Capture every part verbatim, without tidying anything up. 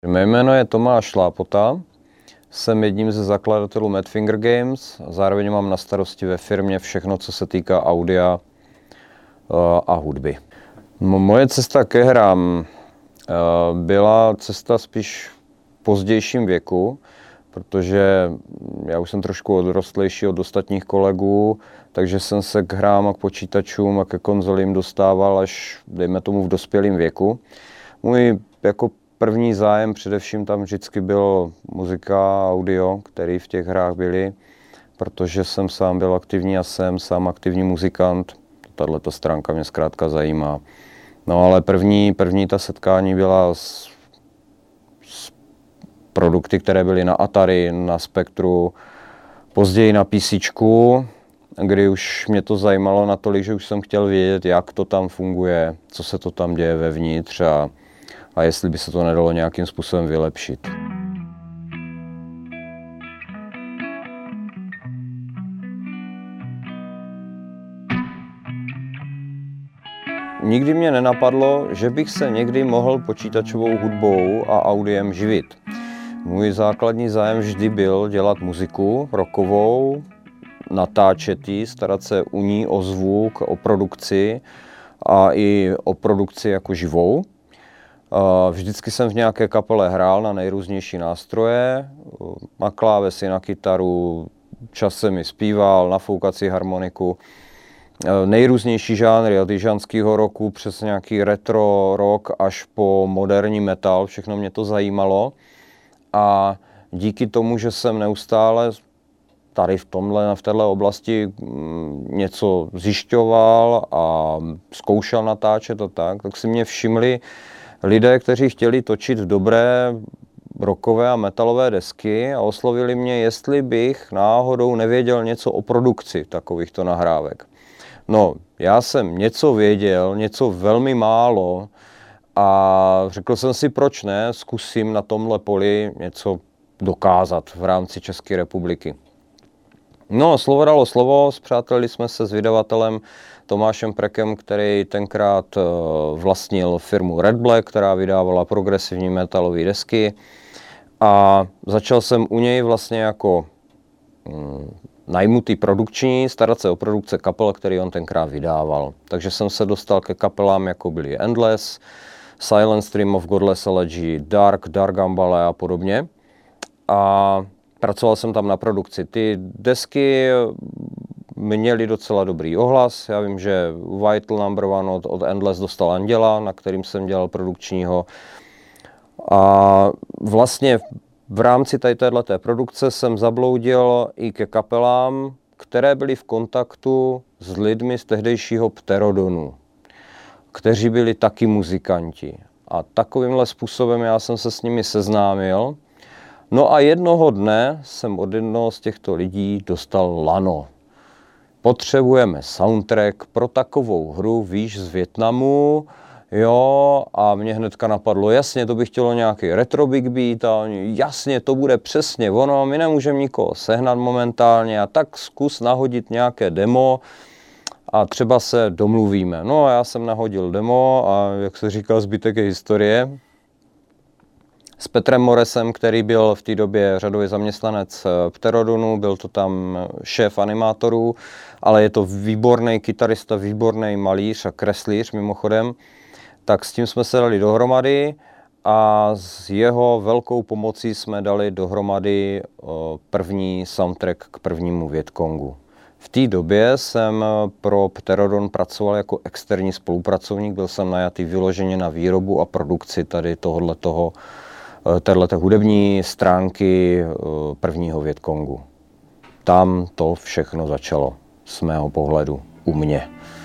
Mé jméno je Tomáš Šlápota, jsem jedním ze zakladatelů Mad Finger Games, zároveň mám na starosti ve firmě všechno, co se týká audia a hudby. Moje cesta ke hrám byla cesta spíš v pozdějším věku, protože já už jsem trošku odrostlejší od ostatních kolegů, takže jsem se k hrám a k počítačům a ke konzolím dostával až, dejme tomu, v dospělém věku. Můj jako první zájem především tam vždycky byl muzika a audio, který v těch hrách byly, protože jsem sám byl aktivní a jsem sám aktivní muzikant. Tato stránka mě zkrátka zajímá. No ale první, první ta setkání byla s, s produkty, které byly na Atari, na Spectru, později na PCčku, kdy už mě to zajímalo natolik, že už jsem chtěl vědět, jak to tam funguje, co se to tam děje vevnitř a, a jestli by se to nedalo nějakým způsobem vylepšit. Nikdy mě nenapadlo, že bych se někdy mohl počítačovou hudbou a audiem živit. Můj základní zájem vždy byl dělat muziku rockovou, natáčet ji, starat se u ní o zvuk, o produkci a i o produkci jako živou. Vždycky jsem v nějaké kapele hrál na nejrůznější nástroje, na klávesy, na kytaru, časem i zpíval, na foukací harmoniku. Nejrůznější žánry, od jižanského rocku přes nějaký retro rock až po moderní metal, všechno mě to zajímalo. A díky tomu, že jsem neustále tady v tomhle, v této oblasti něco zjišťoval a zkoušel natáčet a tak, tak si mě všimli lidé, kteří chtěli točit dobré rockové a metalové desky a oslovili mě, jestli bych náhodou nevěděl něco o produkci takovýchto nahrávek. No, já jsem něco věděl, něco velmi málo a řekl jsem si, proč ne, zkusím na tomhle poli něco dokázat v rámci České republiky. No, slovo dalo slovo, spřátelili jsme se s vydavatelem Tomášem Prekem, který tenkrát vlastnil firmu Red Black, která vydávala progresivní metalové desky. A začal jsem u něj vlastně jako hmm, najmutý produkční, starat se o produkce kapel, který on tenkrát vydával. Takže jsem se dostal ke kapelám, jako byly Endless, Silent Stream of Godless Elegy, Dark, Dark Ambale a podobně. A pracoval jsem tam na produkci. Ty desky měly docela dobrý ohlas. Já vím, že Vital Number One od, od Endless dostal Anděla, na kterým jsem dělal produkčního. A vlastně v rámci této produkce jsem zabloudil i ke kapelám, které byly v kontaktu s lidmi z tehdejšího Pterodonu, kteří byli taky muzikanti. A takovýmhle způsobem já jsem se s nimi seznámil. No a jednoho dne jsem od jednoho z těchto lidí dostal lano. Potřebujeme soundtrack pro takovou hru, víš, z Vietnamu, jo, a mě hnedka napadlo, jasně, to by chtělo nějaký retro big beat a jasně, to bude přesně ono, my nemůžeme nikoho sehnat momentálně a tak zkus nahodit nějaké demo a třeba se domluvíme. No a já jsem nahodil demo a jak se říkal, zbytek je historie. S Petrem Moresem, který byl v té době řadový zaměstnanec Pterodonu, byl to tam šéf animátorů, ale je to výborný kytarista, výborný malíř a kreslíř mimochodem, tak s tím jsme se dali dohromady a s jeho velkou pomocí jsme dali dohromady první soundtrack k prvnímu Vietkongu. V té době jsem pro Pterodon pracoval jako externí spolupracovník, byl jsem najatý vyloženě na výrobu a produkci tady tohoto téhleté hudební stránky prvního Vietkongu. Tam to všechno začalo z mého pohledu u mě.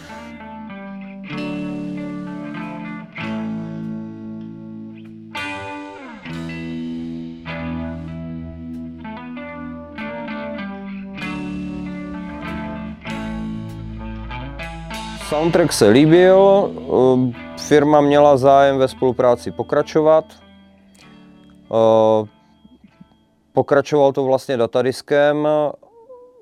Soundtrack se líbil, firma měla zájem ve spolupráci pokračovat. Pokračoval to vlastně datadiskem,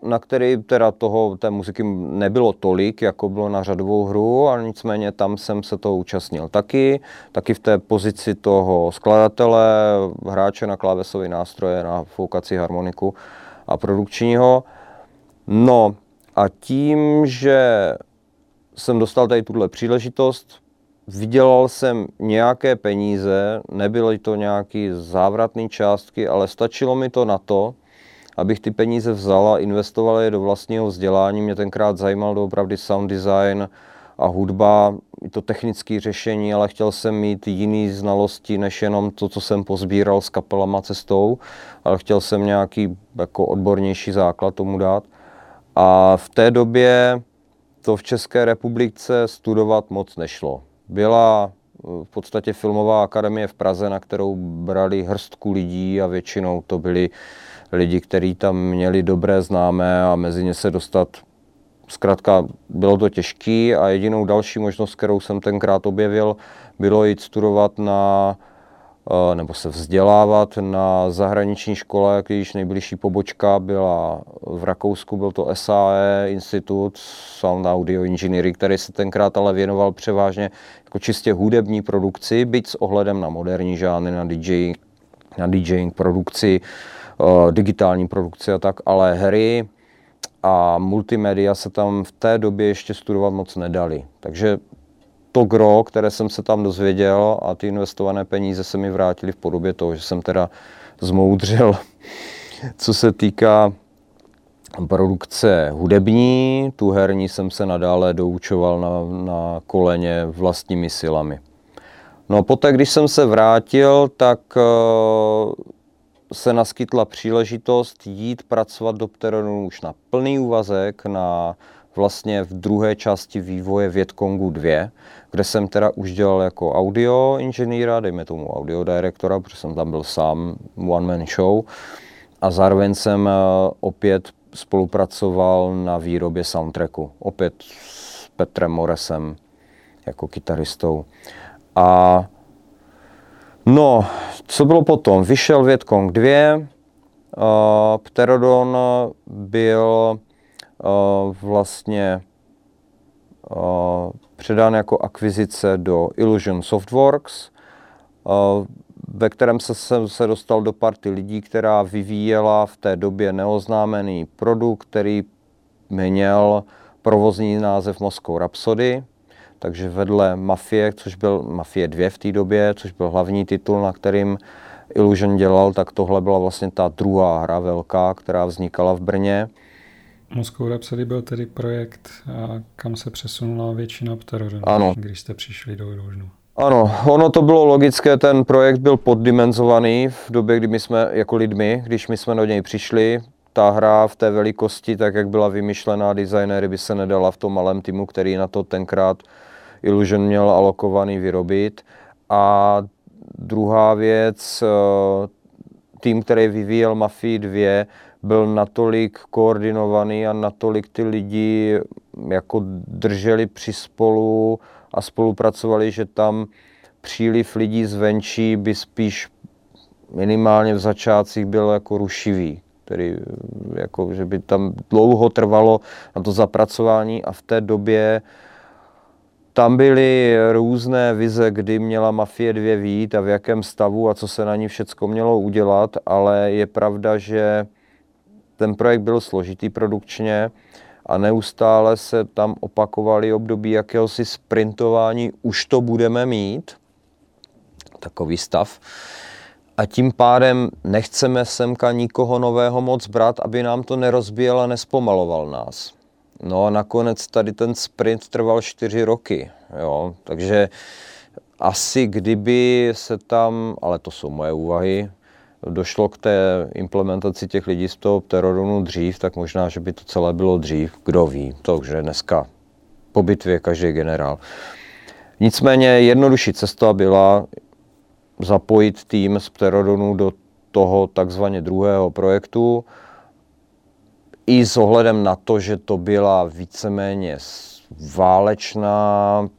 na který teda toho, té muziky nebylo tolik, jako bylo na řadovou hru, ale nicméně tam jsem se toho účastnil taky, taky v té pozici toho skladatele, hráče na klávesové nástroje, na foukací harmoniku a produkčního. No a tím, že jsem dostal tady tuhle příležitost, vydělal jsem nějaké peníze, nebyly to nějaké závratné částky, ale stačilo mi to na to, abych ty peníze vzal a investoval je do vlastního vzdělání. Mě tenkrát zajímal doopravdy sound design a hudba, i to technické řešení, ale chtěl jsem mít jiný znalosti, než jenom to, co jsem pozbíral s kapelama cestou, ale chtěl jsem nějaký jako odbornější základ tomu dát. A v té době to v České republice studovat moc nešlo. Byla v podstatě filmová akademie v Praze, na kterou brali hrstku lidí a většinou to byli lidi, kteří tam měli dobré známé a mezi ně se dostat. Zkrátka bylo to těžké a jedinou další možnost, kterou jsem tenkrát objevil, bylo jít studovat na, nebo se vzdělávat na zahraniční škole, když nejbližší pobočka byla v Rakousku, byl to S A E, Institut Sound Audio Engineering, který se tenkrát ale věnoval převážně jako čistě hudební produkci, byť s ohledem na moderní žánry, na DJing, na DJing produkci, digitální produkci a tak, ale hry a multimédia se tam v té době ještě studovat moc nedali. Takže to gro, které jsem se tam dozvěděl a ty investované peníze se mi vrátily v podobě toho, že jsem teda zmoudřil, co se týká produkce hudební, tu herní jsem se nadále doučoval na, na koleně vlastními silami. No poté, když jsem se vrátil, tak se naskytla příležitost jít pracovat do Pterodonu už na plný úvazek, na vlastně v druhé části vývoje Vietcongu dva, kde jsem teda už dělal jako audio inženýra, dejme tomu audio direktora, protože jsem tam byl sám, one man show, a zároveň jsem opět spolupracoval na výrobě soundtracku, opět s Petrem Moresem jako kytaristou. A no, co bylo potom? Vyšel Vietcong dva, uh, Pterodon byl uh, vlastně uh, předán jako akvizice do Illusion Softworks, uh, ve kterém se, jsem se dostal do party lidí, která vyvíjela v té době neoznámený produkt, který měl provozní název Moscow Rhapsody. Takže vedle Mafie, což byl Mafie dva v té době, což byl hlavní titul, na kterým Illusion dělal, tak tohle byla vlastně ta druhá hra velká, která vznikala v Brně. Moscow Rhapsody byl tedy projekt, kam se přesunula většina Pterodonu, když jste přišli do Illusionu. Ano, ono to bylo logické, ten projekt byl poddimenzovaný v době, kdy my jsme jako lidmi, když my jsme do něj přišli. Ta hra v té velikosti, tak jak byla vymyšlená designéry, by se nedala v tom malém týmu, který na to tenkrát Illusion měl alokovaný, vyrobit. A druhá věc, tým, který vyvíjel Mafii dva, byl natolik koordinovaný a natolik ty lidi jako drželi při spolu a spolupracovali, že tam příliv lidí zvenčí by spíš minimálně v začátcích byl jako rušivý. Který, jako, že by tam dlouho trvalo na to zapracování a v té době tam byly různé vize, kdy měla Mafie dva vyjít a v jakém stavu a co se na ní všecko mělo udělat, ale je pravda, že ten projekt byl složitý produkčně a neustále se tam opakovaly období jakéhosi sprintování, už to budeme mít, takový stav. A tím pádem nechceme semka nikoho nového moc brát, aby nám to nerozbíjel a nespomaloval nás. No a nakonec tady ten sprint trval čtyři roky, jo, takže asi kdyby se tam, ale to jsou moje úvahy, došlo k té implementaci těch lidí z toho Pterodonu dřív, tak možná, že by to celé bylo dřív, kdo ví, takže dneska po bitvě každý generál. Nicméně jednodušší cesta byla zapojit tým z Pterodonu do toho takzvaně druhého projektu i s ohledem na to, že to byla víceméně válečná,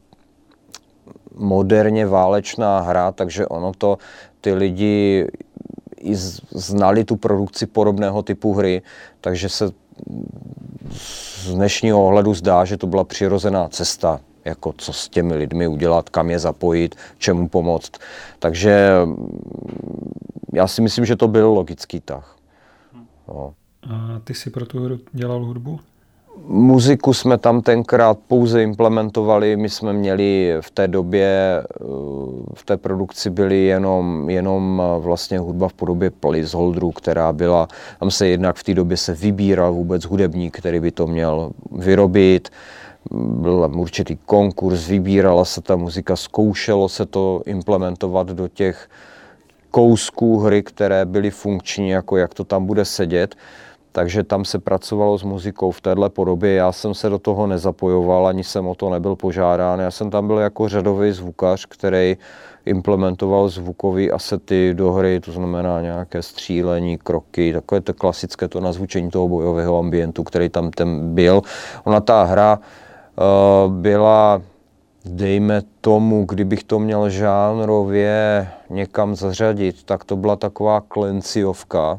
moderně válečná hra, takže ono to, ty lidi i znali tu produkci podobného typu hry, takže se z dnešního ohledu zdá, že to byla přirozená cesta, jako co s těmi lidmi udělat, kam je zapojit, čemu pomoct. Takže já si myslím, že to byl logický tah. No. A ty si pro tu hru dělal hudbu? Muziku jsme tam tenkrát pouze implementovali, my jsme měli v té době, v té produkci byly jenom, jenom vlastně hudba v podobě placeholderů, která byla, tam se jednak v té době se vybíral vůbec hudebník, který by to měl vyrobit, byl určitý konkurs, vybírala se ta muzika, zkoušelo se to implementovat do těch kousků hry, které byly funkční, jako jak to tam bude sedět. Takže tam se pracovalo s muzikou v téhle podobě. Já jsem se do toho nezapojoval, ani jsem o to nebyl požádán. Já jsem tam byl jako řadový zvukař, který implementoval zvukové asety do hry, to znamená nějaké střílení, kroky, takové to klasické to nazvučení toho bojového ambientu, který tam ten byl. Ona ta hra uh, byla, dejme tomu, kdybych to měl žánrově někam zařadit, tak to byla taková klenciovka,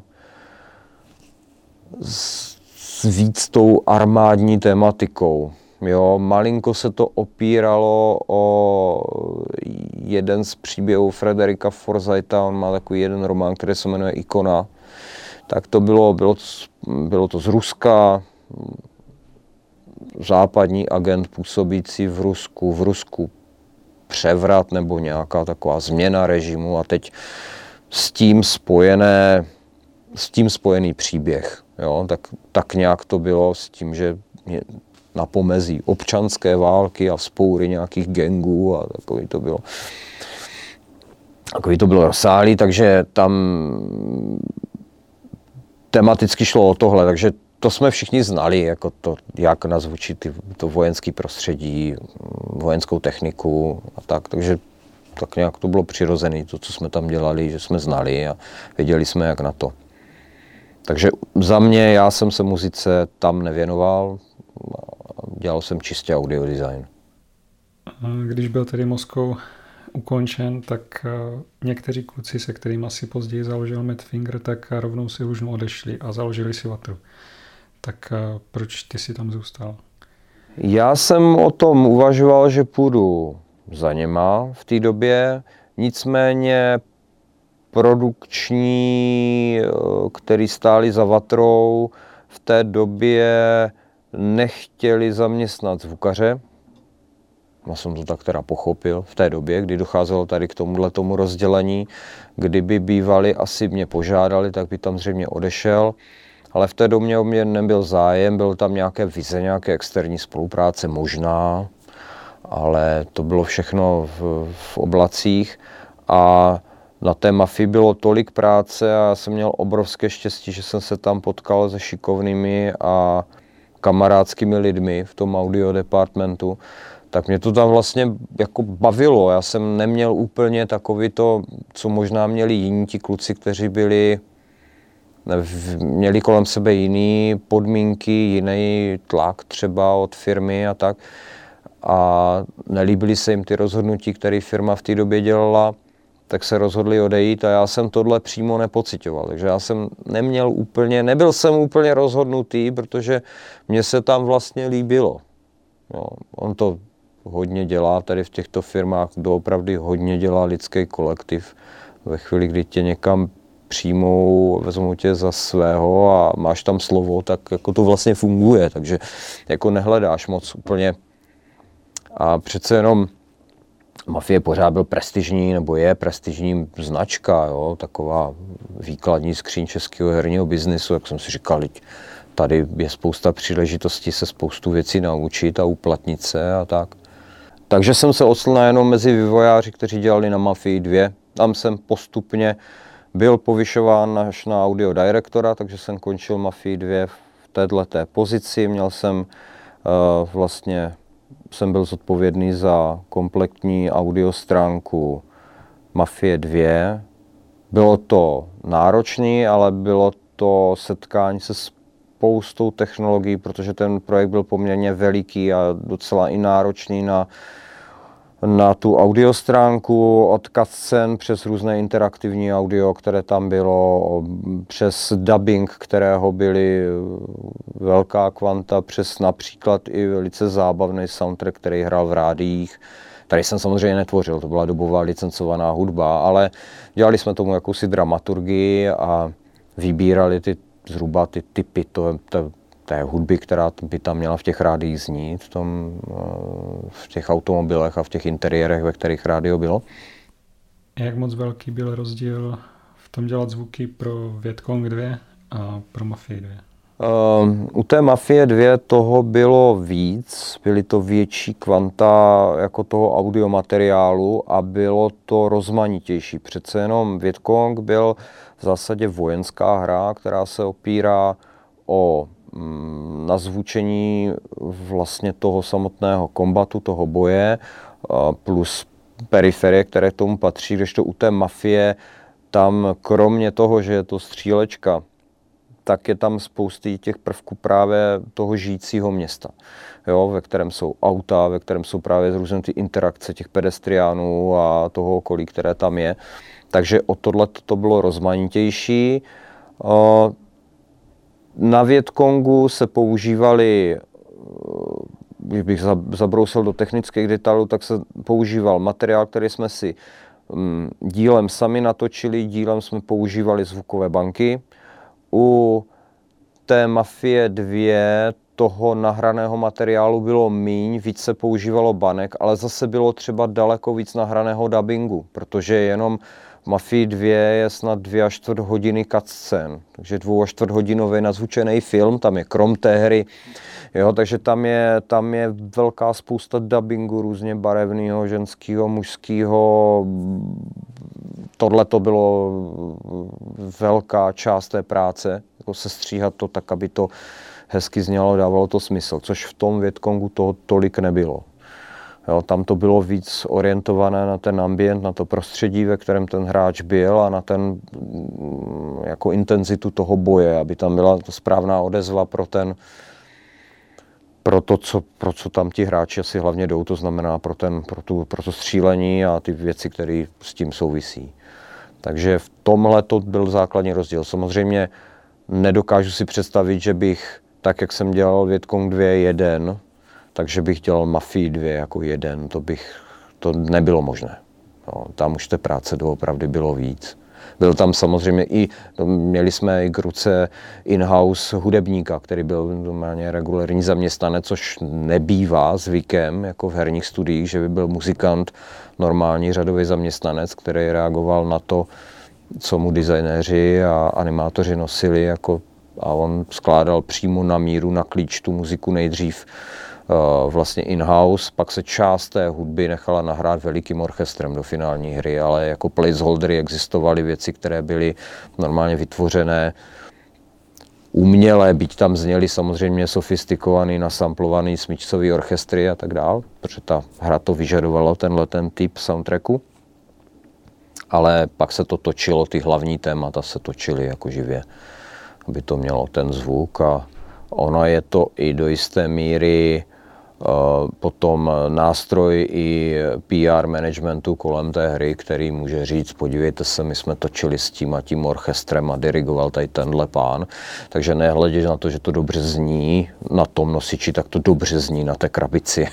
s, s víc tou armádní tematikou. Jo, malinko se to opíralo o jeden z příběhů Frederika Forsytha, on má takový jeden román, který se jmenuje Ikona. Tak to bylo, bylo, to, bylo to z Ruska, západní agent působící v Rusku, v Rusku převrat nebo nějaká taková změna režimu a teď s tím spojené, s tím spojený příběh. Jo, tak, tak nějak to bylo s tím, že na pomezí občanské války a vzpoury nějakých gangů a takový to bylo. Takový to bylo rozsáhlý, takže tam tematicky šlo o tohle, takže to jsme všichni znali, jako to, jak nazvučit to vojenské prostředí, vojenskou techniku a tak, takže tak nějak to bylo přirozené, to, co jsme tam dělali, že jsme znali a věděli jsme, jak na to. Takže za mě, já jsem se muzice tam nevěnoval, dělal jsem čistě audio design. Když byl tedy Moskov ukončen, tak někteří kluci, se kterými asi později založil Matt Finger, tak rovnou si už odešli a založili si Vatru. Tak proč ty si tam zůstal? Já jsem o tom uvažoval, že půjdu za něma v té době, nicméně produkční, který stáli za Vatrou, v té době nechtěli zaměstnat zvukaře. Já jsem to tak teda pochopil v té době, kdy docházelo tady k tomuhle tomu rozdělení. Kdyby bývali, asi mě požádali, tak by tam zřejmě odešel. Ale v té době o mě nebyl zájem, byl tam nějaké vize, nějaké externí spolupráce možná, ale to bylo všechno v, v oblacích. A na té Mafii bylo tolik práce a já jsem měl obrovské štěstí, že jsem se tam potkal se šikovnými a kamarádskými lidmi v tom audio departmentu. Tak mě to tam vlastně jako bavilo. Já jsem neměl úplně takový to, co možná měli jiní ti kluci, kteří byli, měli kolem sebe jiné podmínky, jiný tlak třeba od firmy a tak. A nelíbily se jim ty rozhodnutí, které firma v té době dělala, tak se rozhodli odejít a já jsem tohle přímo nepociťoval. Takže já jsem neměl úplně, nebyl jsem úplně rozhodnutý, protože mně se tam vlastně líbilo. Jo, on to hodně dělá tady v těchto firmách, doopravdy hodně dělá lidský kolektiv. Ve chvíli, kdy tě někam přijmou, vezmou tě za svého a máš tam slovo, tak jako to vlastně funguje, takže jako nehledáš moc úplně. A přece jenom Mafie pořád byl prestižní, nebo je prestižní značka, jo, taková výkladní skříň českého herního biznisu, jak jsem si říkal, tady je spousta příležitostí se spoustu věcí naučit a uplatnit se a tak. Takže jsem se ocitl jenom mezi vývojáři, kteří dělali na Mafii dva. Tam jsem postupně byl povyšován až na audio direktora, takže jsem končil Mafii dva v této pozici. Měl jsem uh, vlastně, jsem byl zodpovědný za kompletní audio stránku Mafie dva. Bylo to náročné, ale bylo to setkání se spoustou technologií, protože ten projekt byl poměrně veliký a docela i náročný na na tu audio stránku, od cutscén přes různé interaktivní audio, které tam bylo, přes dubbing, kterého byly velká kvanta, přes například i velice zábavný soundtrack, který hrál v rádiích. Tady jsem samozřejmě netvořil, to byla dobová licencovaná hudba, ale dělali jsme tomu jakousi dramaturgii a vybírali ty, zhruba ty typy to, to, té hudby, která by tam měla v těch rádiích znít, v, tom, v těch automobilech a v těch interiérech, ve kterých rádio bylo. Jak moc velký byl rozdíl v tom dělat zvuky pro Vietkong dva a pro Mafii dva? Uh, u té Mafie dva toho bylo víc, byly to větší kvanta jako toho audiomateriálu a bylo to rozmanitější. Přece jenom Vietkong byl v zásadě vojenská hra, která se opírá o mm, nazvučení vlastně toho samotného kombatu, toho boje, uh, plus periferie, které k tomu patří, kdežto u té Mafie tam kromě toho, že je to střílečka, tak je tam spousty těch prvků právě toho žijícího města, jo, ve kterém jsou auta, ve kterém jsou právě různé ty interakce těch pedestriánů a toho okolí, které tam je. Takže o tohle to bylo rozmanitější. Na Vietkongu se používali, když bych zabrousil do technických detailů, tak se používal materiál, který jsme si dílem sami natočili, dílem jsme používali zvukové banky. U té Mafie dva toho nahraného materiálu bylo míň, víc se používalo banek, ale zase bylo třeba daleko víc nahraného dabingu, protože jenom v Mafii dva je snad dvě a čtvrt hodiny cutscén, takže dvou a čtvrt hodinový nazvučený film, tam je krom té hry, jo, takže tam je, tam je velká spousta dabingu různě barevného, ženského, mužského. Tohle to bylo velká část té práce, jako sestříhat to tak, aby to hezky znělo, dávalo to smysl, což v tom Vietkongu toho tolik nebylo. Jo, tam to bylo víc orientované na ten ambient, na to prostředí, ve kterém ten hráč byl a na ten jako intenzitu toho boje, aby tam byla to správná odezva pro ten pro to, co, pro co tam ti hráči asi hlavně jdou, to znamená pro, ten, pro, tu, pro to střílení a ty věci, které s tím souvisí. Takže v tomhle to byl základní rozdíl. Samozřejmě nedokážu si představit, že bych, tak jak jsem dělal Vietkong dva jeden, takže bych dělal Mafii dva jako jeden, to bych, to nebylo možné. No, tam už té práce doopravdy bylo víc. Byl tam samozřejmě i, měli jsme i k ruce in-house hudebníka, který byl normálně regulární zaměstnanec, což nebývá zvykem jako v herních studiích, že by byl muzikant, normální řadový zaměstnanec, který reagoval na to, co mu designéři a animátoři nosili, jako, a on skládal přímo na míru, na klíč tu muziku nejdřív vlastně in-house, pak se část té hudby nechala nahrát velikým orchestrem do finální hry, ale jako placeholdery existovaly věci, které byly normálně vytvořené umělé, byť tam zněly samozřejmě sofistikovaný, nasamplovaný smyčcový orchestry a tak dál, protože ta hra to vyžadovala, tenhle ten typ soundtracku. Ale pak se to točilo, ty hlavní témata se točily jako živě, aby to mělo ten zvuk a ono je to i do jisté míry uh, potom nástroj i P R managementu kolem té hry, který může říct, podívejte se, my jsme točili s tím a tím orchestrem a dirigoval tady tenhle pán. Takže nehledě na to, že to dobře zní na tom nosiči, tak to dobře zní na té krabici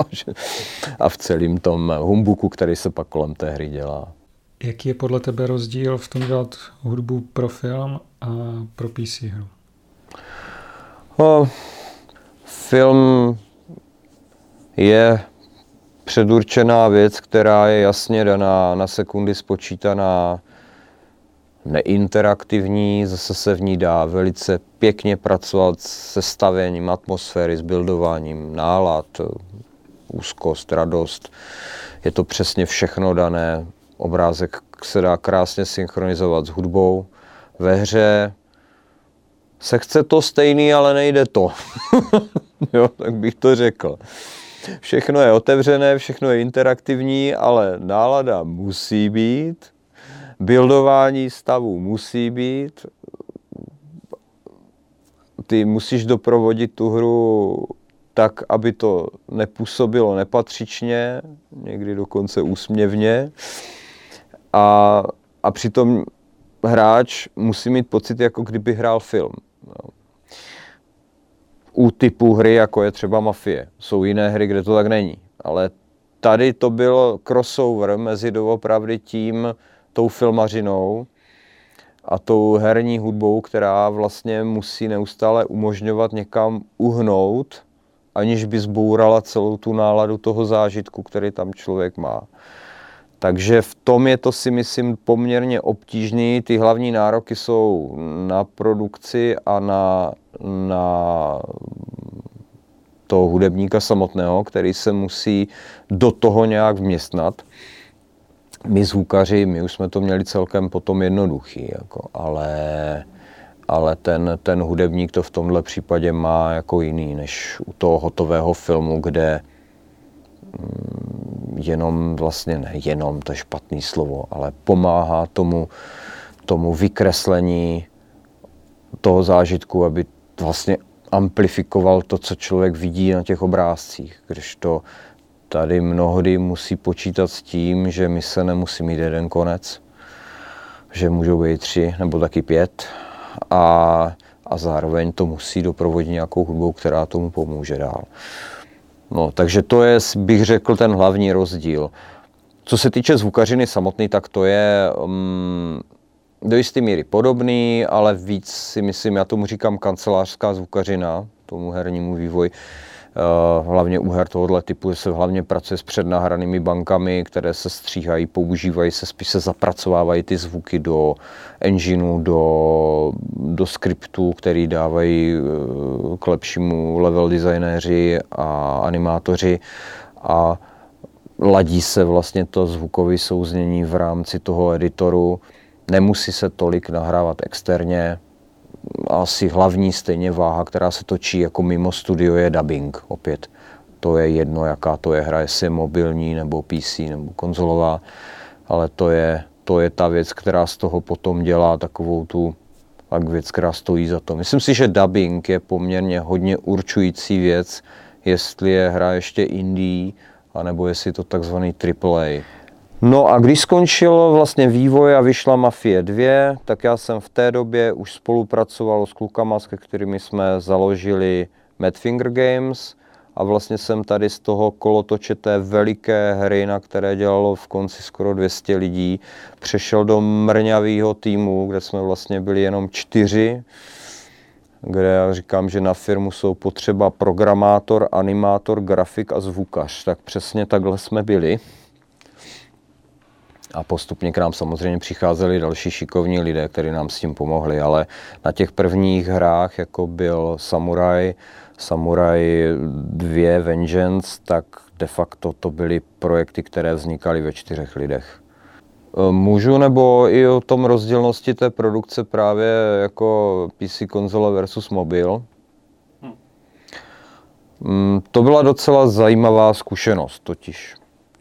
a v celém tom humbuku, který se pak kolem té hry dělá. Jaký je podle tebe rozdíl v tom dělat hudbu pro film a pro P C hru? No, film je předurčená věc, která je jasně daná, na sekundy spočítaná, neinteraktivní, zase se v ní dá velice pěkně pracovat se stavěním atmosféry, s buildováním nálad, úzkost, radost. Je to přesně všechno dané. Obrázek se dá krásně synchronizovat s hudbou. Ve hře se chce to stejný, ale nejde to. Jo, tak bych to řekl. Všechno je otevřené, všechno je interaktivní, ale nálada musí být, buildování stavu musí být. Ty musíš doprovodit tu hru tak, aby to nepůsobilo nepatřičně, někdy dokonce úsměvně. A, a přitom hráč musí mít pocit, jako kdyby hrál film. U typu hry, jako je třeba Mafie. Jsou jiné hry, kde to tak není. Ale tady to byl crossover mezi doopravdy tím, tou filmařinou a tou herní hudbou, která vlastně musí neustále umožňovat někam uhnout, aniž by zbourala celou tu náladu toho zážitku, který tam člověk má. Takže v tom je to, si myslím, poměrně obtížný. Ty hlavní nároky jsou na produkci a na, na toho hudebníka samotného, který se musí do toho nějak vměstnat. My zvukaři, my už jsme to měli celkem potom jednoduchý, jako, ale, ale ten, ten hudebník to v tomhle případě má jako jiný, než u toho hotového filmu, kde jenom vlastně, ne jenom, to je špatný slovo, ale pomáhá tomu, tomu vykreslení toho zážitku, aby vlastně amplifikoval to, co člověk vidí na těch obrázcích, když to tady mnohdy musí počítat s tím, že mise nemusí mít jeden konec, že můžou být tři nebo taky pět a, a zároveň to musí doprovodit nějakou hudbou, která tomu pomůže dál. No, takže to je, bych řekl, ten hlavní rozdíl. Co se týče zvukařiny samotný, tak to je um, do jisté míry podobný, ale víc si myslím, já tomu říkám kancelářská zvukařina, tomu hernímu vývoji. Uh, hlavně u her tohoto typu se hlavně pracuje s přednahranými bankami, které se stříhají, používají se, spíš se zapracovávají ty zvuky do engineu, do, do skriptů, který dávají uh, k lepšímu level designéři a animátoři a ladí se vlastně to zvukové souznění v rámci toho editoru. Nemusí se tolik nahrávat externě. Asi hlavní stejně váha, která se točí jako mimo studio, je dubbing. Opět to je jedno, jaká to je hra, jestli je mobilní nebo P C nebo konzolová, ale to je, to je ta věc, která z toho potom dělá takovou tu tak věc, která stojí za to. Myslím si, že dubbing je poměrně hodně určující věc, jestli je hra ještě indie, anebo jestli to takzvaný triple A. No a když skončil vlastně vývoj a vyšla Mafie dva, tak já jsem v té době už spolupracoval s klukama, se kterými jsme založili Mad Finger Games a vlastně jsem tady z toho kolotoče té veliké hry, na které dělalo v konci skoro dvě stě lidí, přešel do mrňavého týmu, kde jsme vlastně byli jenom čtyři, kde já říkám, že na firmu jsou potřeba programátor, animátor, grafik a zvukař. Tak přesně takhle jsme byli. A postupně k nám samozřejmě přicházeli další šikovní lidé, kteří nám s tím pomohli, ale na těch prvních hrách, jako byl Samurai, Samurai dva Vengeance, tak de facto to byly projekty, které vznikaly ve čtyřech lidech. Můžu, nebo i o tom rozdílnosti té produkce právě jako P C konzole versus mobil. Hmm. To byla docela zajímavá zkušenost totiž.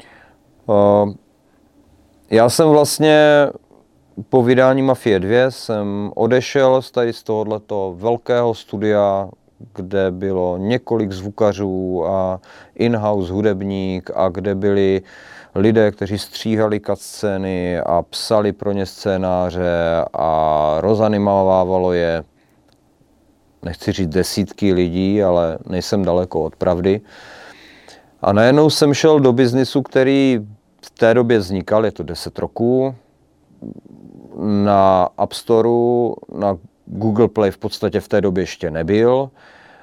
Já jsem vlastně po vydání Mafie dva jsem odešel z tady z tohoto velkého studia, kde bylo několik zvukařů a in-house hudebník a kde byli lidé, kteří stříhali cutscény a psali pro ně scénáře a rozanimovávalo je, nechci říct desítky lidí, ale nejsem daleko od pravdy. A najednou jsem šel do biznisu, který v té době vznikal, je to deset roků, na App Storeu, na Google Play v podstatě v té době ještě nebyl.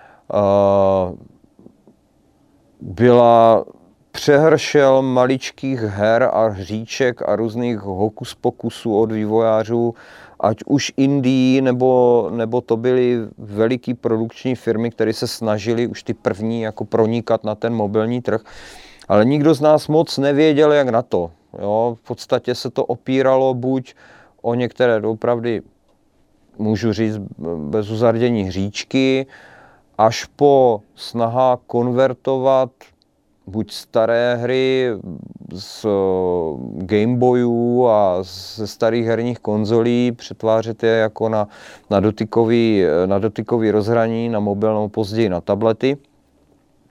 Byla přehršel maličkých her a hříček a různých hokus pokusů od vývojářů, ať už indie, nebo, nebo to byly veliký produkční firmy, které se snažily už ty první jako pronikat na ten mobilní trh. Ale nikdo z nás moc nevěděl, jak na to. Jo? V podstatě se to opíralo buď o některé opravdu, můžu říct, bez uzardění hříčky, až po snaha konvertovat buď staré hry z Gameboyů a ze starých herních konzolí, přetvářet je jako na, na, dotykový, na dotykový rozhraní, na mobilnou, později na tablety.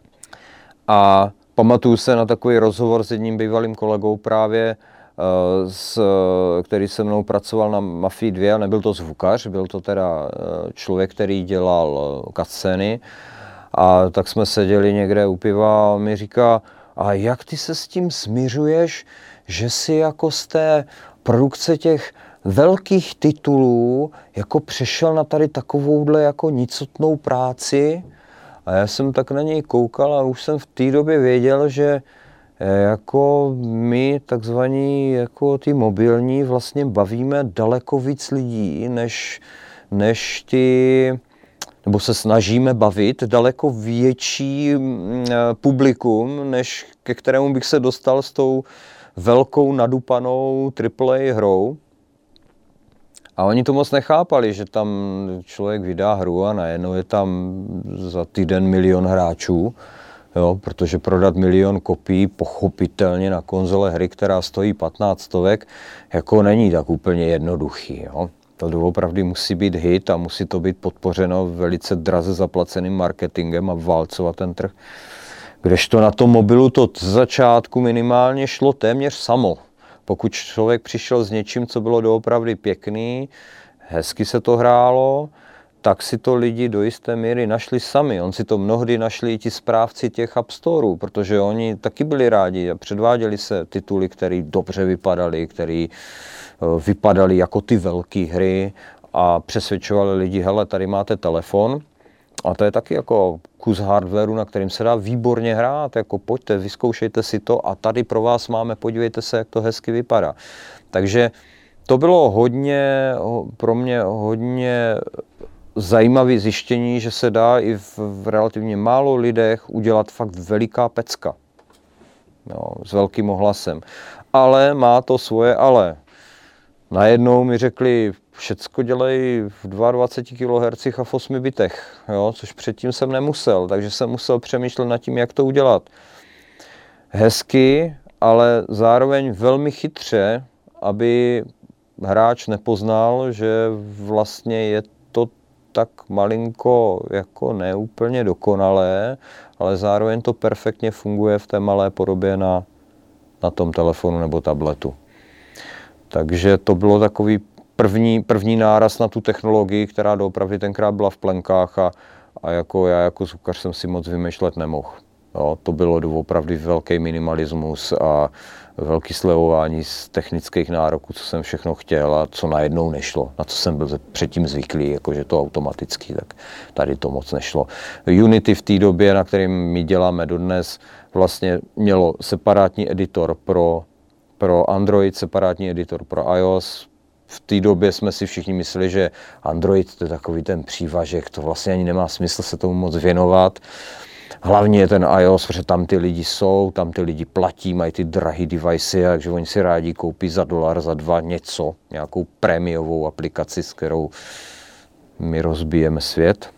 A pamatuju se na takový rozhovor s jedním bývalým kolegou právě, s, který se mnou pracoval na Mafii dva, nebyl to zvukař, byl to teda člověk, který dělal cutscény. A tak jsme seděli někde u piva a on mi říká, a jak ty se s tím smiřuješ, že si jako z té produkce těch velkých titulů jako přešel na tady takovouhle jako nicotnou práci? A já jsem tak na něj koukal a už jsem v té době věděl, že jako my takzvaní jako ty mobilní vlastně bavíme daleko víc lidí, než, než ty, nebo se snažíme bavit daleko větší publikum, než ke kterému bych se dostal s tou velkou nadupanou triple A hrou. A oni to moc nechápali, že tam člověk vydá hru a najednou je tam za týden milion hráčů. Jo, protože prodat milion kopií pochopitelně na konzole hry, která stojí patnáct stovek, jako není tak úplně jednoduchý. Jo. To doopravdy musí být hit a musí to být podpořeno velice draze zaplaceným marketingem a válcovat ten trh. Kdežto na tom mobilu to z začátku minimálně šlo téměř samo. Pokud člověk přišel s něčím, co bylo doopravdy pěkný, hezky se to hrálo, tak si to lidi do jisté míry našli sami. On si to mnohdy našli i ti správci těch App Storeů, protože oni taky byli rádi a předváděli se tituly, které dobře vypadaly, které vypadaly jako ty velké hry a přesvědčovali lidi, hele, tady máte telefon a to je taky jako kus hardwareu, na kterým se dá výborně hrát, jako pojďte, vyzkoušejte si to a tady pro vás máme, podívejte se, jak to hezky vypadá. Takže to bylo hodně, pro mě hodně zajímavé zjištění, že se dá i v, v relativně málo lidech udělat fakt veliká pecka. Jo, s velkým ohlasem. Ale má to svoje ale. Najednou mi řekli, všecko dělej v dvacet dva kilohertzů a v osmi bitech, jo, což předtím jsem nemusel, takže jsem musel přemýšlet nad tím, jak to udělat. Hezky, ale zároveň velmi chytře, aby hráč nepoznal, že vlastně je to tak malinko jako neúplně dokonalé, ale zároveň to perfektně funguje v té malé podobě na, na tom telefonu nebo tabletu. Takže to bylo takový první, první náraz na tu technologii, která doopravdy tenkrát byla v plenkách a, a jako já jako zvukař jsem si moc vymýšlet nemohl. Jo, to bylo doopravdy velký minimalismus a velký slevování z technických nároků, co jsem všechno chtěl a co najednou nešlo, na co jsem byl předtím zvyklý, jakože to automaticky, tak tady to moc nešlo. Unity v té době, na kterým my děláme dodnes, vlastně mělo separátní editor pro, pro Android, separátní editor pro iOS. V té době jsme si všichni mysleli, že Android to je takový ten přívažek, to vlastně ani nemá smysl se tomu moc věnovat. Hlavně je ten iOS, protože tam ty lidi jsou, tam ty lidi platí, mají ty drahý devicey, takže oni si rádi koupí za dolar, za dva něco, nějakou prémiovou aplikaci, s kterou my rozbijeme svět.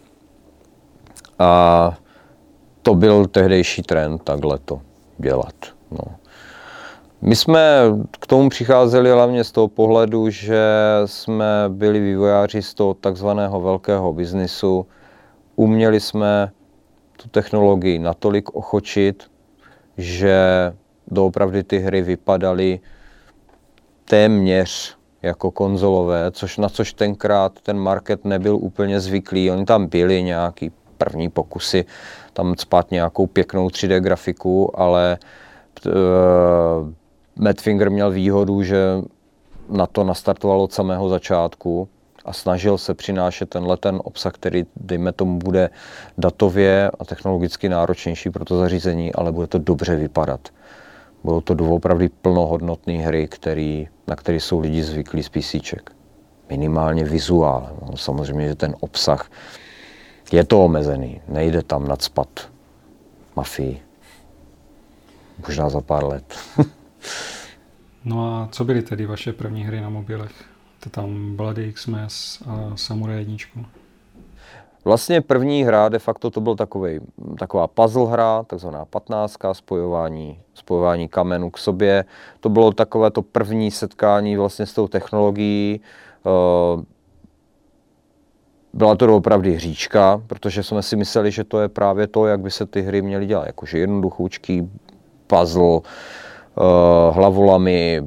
A to byl tehdejší trend, takhle to dělat. No. My jsme k tomu přicházeli hlavně z toho pohledu, že jsme byli vývojáři z toho takzvaného velkého biznisu. Uměli jsme tu technologii natolik ochočit, že doopravdy ty hry vypadaly téměř jako konzolové, což, na což tenkrát ten market nebyl úplně zvyklý. Oni tam byli nějaký první pokusy tam cpat nějakou pěknou tři dé grafiku, ale uh, Matt Finger měl výhodu, že na to nastartoval od samého začátku a snažil se přinášet tenhle ten obsah, který, dejme tomu, bude datově a technologicky náročnější pro to zařízení, ale bude to dobře vypadat. Budou to doopravdy plnohodnotné hry, který, na které jsou lidi zvyklí z PCček. Minimálně vizuál. No, samozřejmě, že ten obsah je to omezený. Nejde tam nacpat Mafii. Možná za pár let. No a co byly tedy vaše první hry na mobilech? To tam Bloody Xmas a Samurai jedničku. Vlastně první hra, de facto to byl takovej, taková puzzle hra, takzvaná patnáctka, spojování, spojování kamenů k sobě. To bylo takové to první setkání vlastně s tou technologií. byla to opravdu hříčka, protože jsme si mysleli, že to je právě to, jak by se ty hry měly dělat. Jakože jednoduchoučký puzzle, uh, hlavolamy,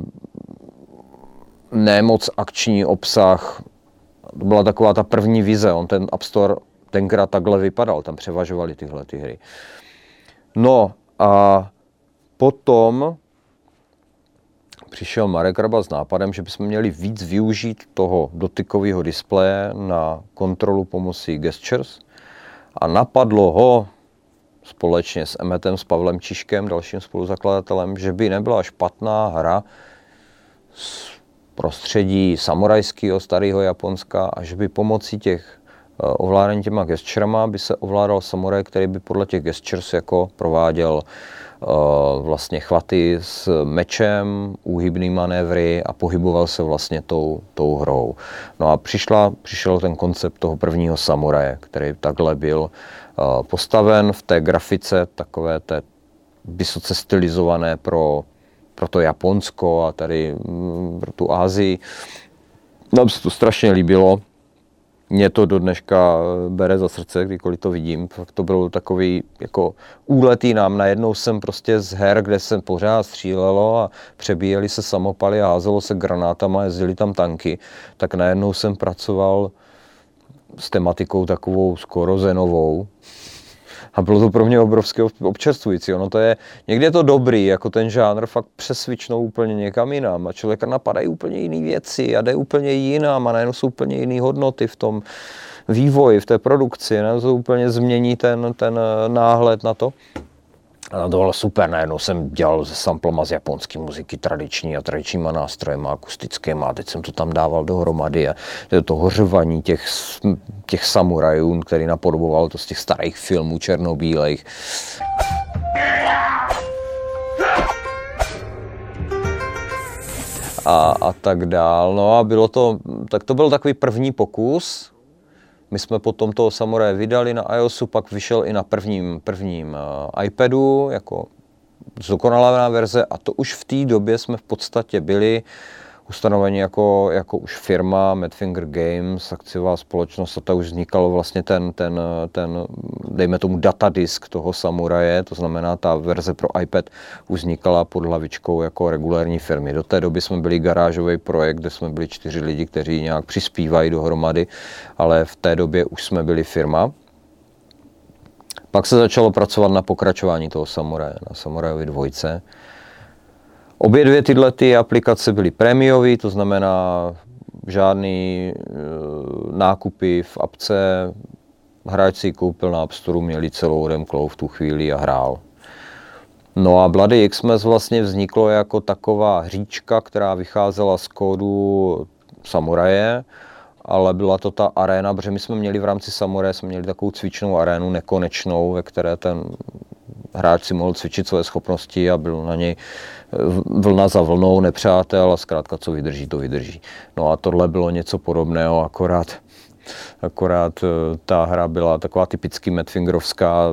nemoc akční obsah. To byla taková ta první vize. On ten App Store tenkrát takhle vypadal, tam převažovaly tyhle ty hry. No a potom přišel Marek Raba s nápadem, že bychom měli víc využít toho dotykového displeje na kontrolu pomocí gestures a napadlo ho společně s Emetem, s Pavlem Čižkem, dalším spoluzakladatelem, že by nebyla špatná hra z prostředí samurajského starého Japonska a že by pomocí těch ovládání těma gesturama by se ovládal samuraj, který by podle těch gestures jako prováděl Uh, vlastně chvaty s mečem, úhybný manévry a pohyboval se vlastně tou, tou hrou. No a přišla, přišel ten koncept toho prvního samuraje, který takhle byl uh, postaven v té grafice, takové té vysoce stylizované pro, pro to Japonsko a tady mm, pro tu Asii. Nám se to strašně líbilo. Mě to do dneška bere za srdce, kdykoliv to vidím. Fakt to byl takový jako úletý nám. Najednou jsem prostě z her, kde se pořád střílelo a přebíjeli se samopaly a házelo se granátama a jezdili tam tanky, tak najednou jsem pracoval s tematikou takovou skoro zenovou. A bylo to pro mě obrovské občerstvující. Ono to je, někdy je to dobrý, jako ten žánr fakt přesvičnou úplně někam jinam a člověka napadají úplně jiné věci a jde úplně jinam a najednou jsou úplně jiné hodnoty v tom vývoji, v té produkci, ne? To úplně změní ten, ten náhled na to. A to bylo super, najednou jsem dělal se samplama z japonské muziky tradiční a tradičníma nástrojema, akustickýma a teď jsem to tam dával dohromady a to hořvaní těch, těch samurajů, který napodoboval to z těch starých filmů černobílejch. A, a tak dál, no a bylo to, tak to byl takový první pokus. My jsme potom toho samuraje vydali na iOSu, pak vyšel i na prvním, prvním uh, iPadu jako zdokonalá verze a to už v té době jsme v podstatě byli ustanoveni jako, jako už firma Madfinger Games, akciová společnost a ta už vznikalo vlastně ten, ten, ten, dejme tomu datadisk toho samuraje, to znamená ta verze pro iPad už vznikala pod hlavičkou jako regulární firmy. Do té doby jsme byli garážový projekt, kde jsme byli čtyři lidi, kteří nějak přispívají dohromady, ale v té době už jsme byli firma. Pak se začalo pracovat na pokračování toho samuraje, na Samurajovi dvojce. Obě dvě tyhle ty aplikace byly prémiové, to znamená žádný e, nákupy v apce. Hráč si ji koupil na App Store, měli celou odemklou v tu chvíli a hrál. No a Bloody Xmas vlastně vzniklo jako taková hříčka, která vycházela z kódu samuraje, ale byla to ta aréna, protože my jsme měli v rámci samuraje, jsme měli takovou cvičnou arénu nekonečnou, ve které ten hráč si mohl cvičit své schopnosti a byl na něj vlna za vlnou nepřátel a zkrátka co vydrží, to vydrží. No a tohle bylo něco podobného, akorát, akorát ta hra byla taková typicky Madfingerovská,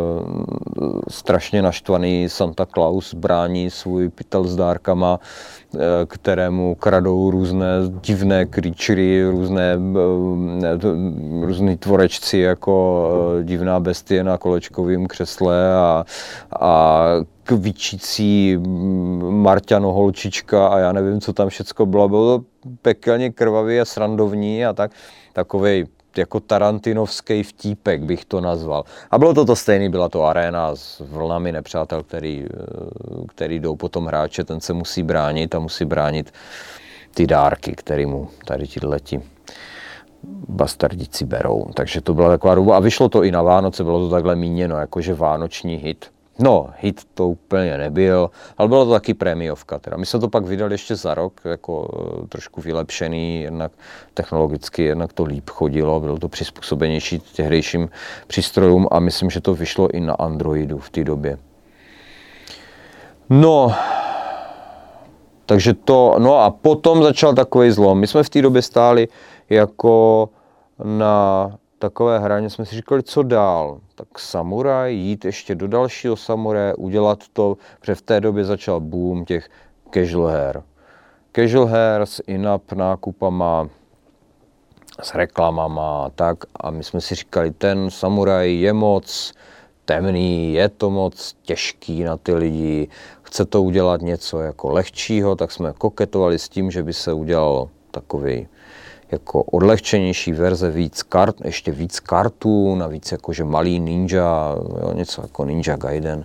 strašně naštvaný Santa Claus brání svůj pytel s dárkama, kterému kradou různé divné creaturey, různé různý tvorečci jako divná bestie na kolečkovém křesle a, a kvičící Marťano holčička a já nevím, co tam všecko bylo. Bylo to pekelně krvavý a srandovní a tak, takovej jako tarantinovský vtípek bych to nazval. A bylo to to stejné, byla to aréna s vlnami nepřátel, který, který jdou potom hráče, ten se musí bránit a musí bránit ty dárky, který mu tady tihleti bastardici berou. Takže to byla taková doba a vyšlo to i na Vánoce, bylo to takhle míněno, jakože vánoční hit. No, hit to úplně nebyl, ale byla to taky prémiovka. Teda. My jsme to pak vydali ještě za rok, jako trošku vylepšený, jednak technologicky, jednak to líp chodilo, bylo to přizpůsobenější těhdejším přístrojům a myslím, že to vyšlo i na Androidu v té době. No, takže to, no a potom začal takový zlom. My jsme v té době stáli jako na takové hraně, jsme si říkali, co dál. Tak samuraj, jít ještě do dalšího samuraje, udělat to, protože v té době začal boom těch casual her. Casual her s in-app nákupama s reklamama a tak. A my jsme si říkali, ten samuraj je moc temný, je to moc těžký na ty lidi, chce to udělat něco jako lehčího, tak jsme koketovali s tím, že by se udělal takový jako odlehčenější verze, víc kart, ještě víc kartů, navíc jakože malý ninja, jo, něco jako Ninja Gaiden.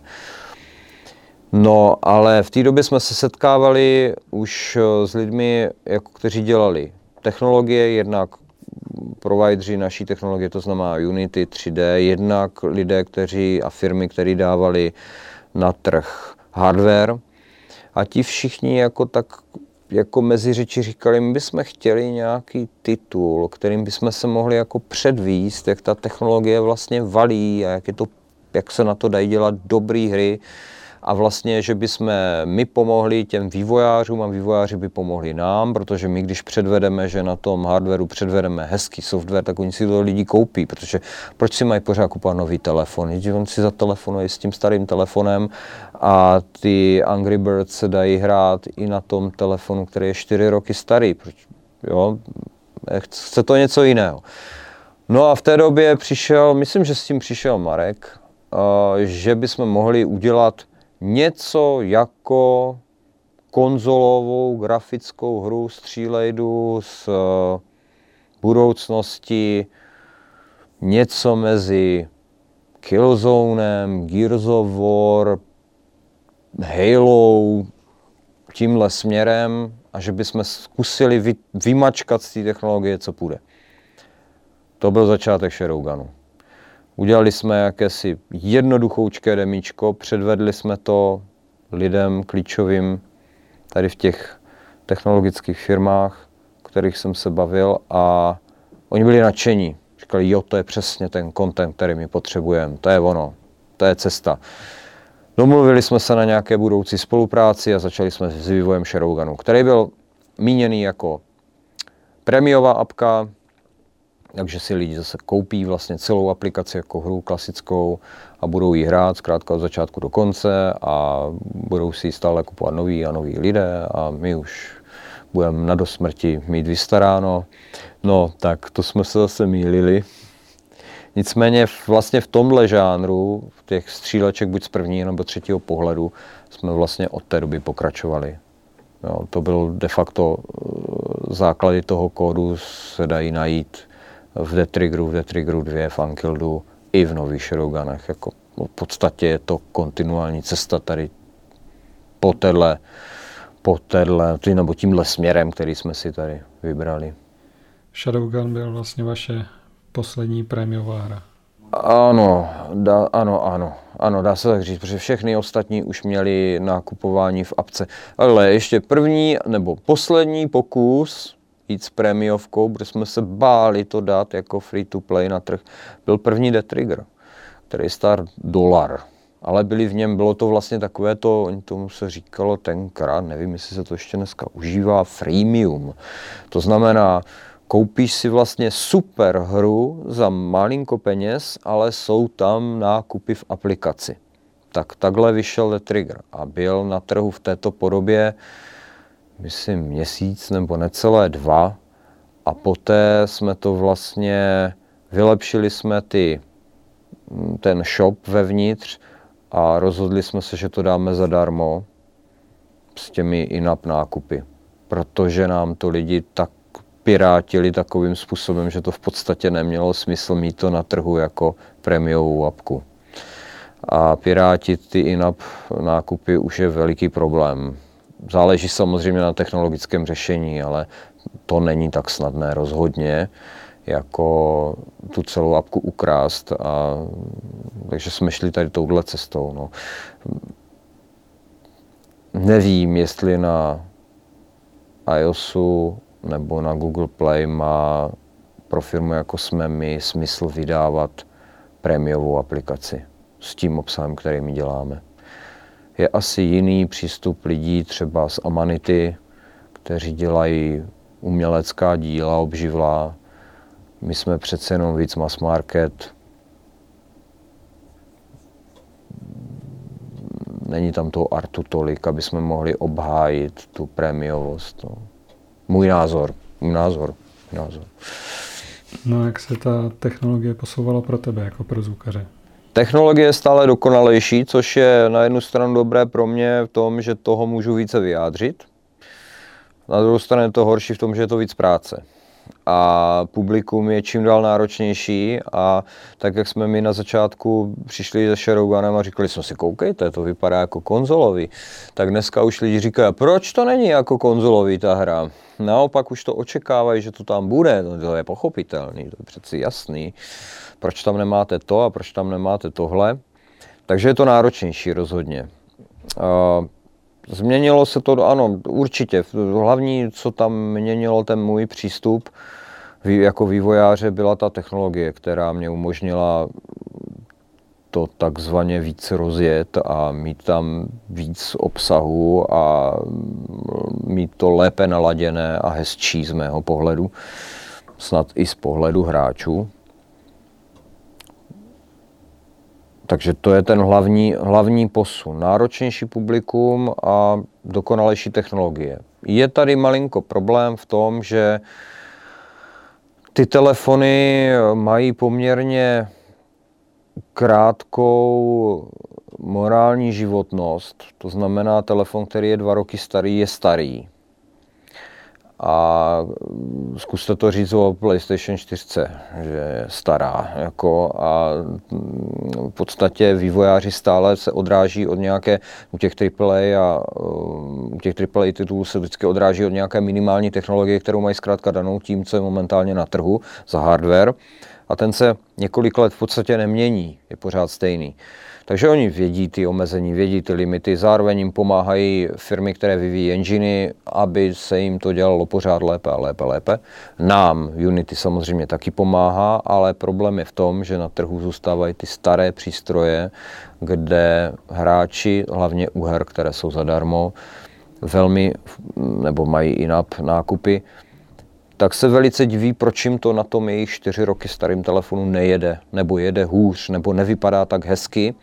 No, ale v té době jsme se setkávali už s lidmi, jako kteří dělali technologie, jednak provideři naší technologie, to znamená Unity, tři dé, jednak lidé, kteří a firmy, které dávali na trh hardware. A ti všichni jako tak jako mezi řeči říkali, my bychom chtěli nějaký titul, kterým bychom se mohli jako předvíst, jak ta technologie vlastně valí a jak, je to, jak se na to dají dělat dobré hry. A vlastně, že bychom my pomohli těm vývojářům a vývojáři by pomohli nám, protože my, když předvedeme, že na tom hardwareu předvedeme hezký software, tak oni si to lidi koupí, protože proč si mají pořád kupovat nový telefon? Jeďže on si zatelefonuje s tím starým telefonem a ty Angry Birds se dají hrát i na tom telefonu, který je čtyři roky starý. Proč? Jo? Chce to něco jiného. No a v té době přišel, myslím, že s tím přišel Marek, že bychom mohli udělat něco jako konzolovou grafickou hru střílejdu z budoucnosti, něco mezi Killzonem, Gears of War, Halo, tímhle směrem a že bychom zkusili vy, vymačkat z té technologie, co půjde. To byl začátek Shadowgunu. Udělali jsme jakési jednoduchoučké demíčko, předvedli jsme to lidem klíčovým tady v těch technologických firmách, o kterých jsem se bavil a oni byli nadšení. Říkali, jo, to je přesně ten content, který my potřebujeme, to je ono, to je cesta. Domluvili jsme se na nějaké budoucí spolupráci a začali jsme s vývojem Shadowgunu, který byl míněný jako prémiová apka, takže si lidi zase koupí vlastně celou aplikaci jako hru klasickou a budou ji hrát zkrátka od začátku do konce a budou si ji stále kupovat noví a noví lidé a my už budeme na dosmrti mít vystaráno. No, tak to jsme se zase mýlili. Nicméně vlastně v tomhle žánru, v těch stříleček buď z prvního nebo třetího pohledu, jsme vlastně od té doby pokračovali. Jo, to byl de facto základy toho kódu se dají najít v The Triggeru, v The Triggeru dva, v Unkildu i v nových Shadowgunech. Jako v podstatě je to kontinuální cesta tady po téhle, po téhle, nebo tímhle směrem, který jsme si tady vybrali. Shadowgun byl vlastně vaše poslední prémiová hra. Ano, dá, ano, ano, ano, dá se tak říct, protože všechny ostatní už měli nakupování v apce. Ale ještě první nebo poslední pokus jít s prémiovkou, protože jsme se báli to dát jako free to play na trh, byl první The Trigger, který stál dolar. Ale byli v něm, bylo to vlastně takové to, tomu se říkalo tenkrát, nevím, jestli se to ještě dneska užívá, freemium. To znamená, koupíš si vlastně super hru za malinko peněz, ale jsou tam nákupy v aplikaci. Tak takhle vyšel The Trigger a byl na trhu v této podobě, myslím, měsíc nebo necelé dva. A poté jsme to vlastně, vylepšili jsme ty, ten shop vevnitř a rozhodli jsme se, že to dáme zadarmo s těmi in-app nákupy. Protože nám to lidi tak pirátili takovým způsobem, že to v podstatě nemělo smysl mít to na trhu jako prémiovou apku. A pirátit ty in-app nákupy už je veliký problém. Záleží samozřejmě na technologickém řešení, ale to není tak snadné rozhodně, jako tu celou apku ukrást. A, takže jsme šli tady touhle cestou. No. Nevím, jestli na iOSu nebo na Google Play má pro firmu jako jsme my smysl vydávat prémiovou aplikaci s tím obsahem, který my děláme. Je asi jiný přístup lidí třeba z Amanity, kteří dělají umělecká díla obživlá. My jsme přece jenom víc mass market. Není tam toho artu tolik, aby jsme mohli obhájit tu prémiovost. No. Můj názor, můj názor, můj názor. No jak se ta technologie posouvala pro tebe jako pro zvukaře? Technologie je stále dokonalejší, což je na jednu stranu dobré pro mě v tom, že toho můžu více vyjádřit. Na druhou stranu je to horší v tom, že je to víc práce. A publikum je čím dál náročnější a tak, jak jsme my na začátku přišli se Shadowgunem a říkali jsme si, koukejte, to vypadá jako konzolový, tak dneska už lidi říkají, proč to není jako konzolový ta hra? Naopak už to očekávají, že to tam bude, no, to je pochopitelný, to je přeci jasný. Proč tam nemáte to a proč tam nemáte tohle? Takže je to náročnější rozhodně. Uh, Změnilo se to, ano, určitě. Hlavní, co tam měnilo ten můj přístup jako vývojáře, byla ta technologie, která mě umožnila to takzvaně víc rozjet a mít tam víc obsahu a mít to lépe naladěné a hezčí z mého pohledu, snad i z pohledu hráčů. Takže to je ten hlavní, hlavní posun. Náročnější publikum a dokonalejší technologie. Je tady malinko problém v tom, že ty telefony mají poměrně krátkou morální životnost. To znamená, telefon, který je dva roky starý, je starý. A zkuste to říct o PlayStation čtyři, že je stará. Jako a v podstatě vývojáři stále se odráží od nějaké, u těch triple A a u těch triple A titulů se vždycky odráží od nějaké minimální technologie, kterou mají zkrátka danou tím, co je momentálně na trhu za hardware. A ten se několik let v podstatě nemění, je pořád stejný. Takže oni vědí ty omezení, vědí ty limity, zároveň jim pomáhají firmy, které vyvíjí enginy, aby se jim to dělalo pořád lépe a lépe a lépe. Nám Unity samozřejmě taky pomáhá, ale problém je v tom, že na trhu zůstávají ty staré přístroje, kde hráči, hlavně u her, které jsou zadarmo, velmi, nebo mají in-app nákupy, tak se velice diví, proč jim to na tom jejich čtyři roky starým telefonu nejede, nebo jede hůř, nebo nevypadá tak hezky.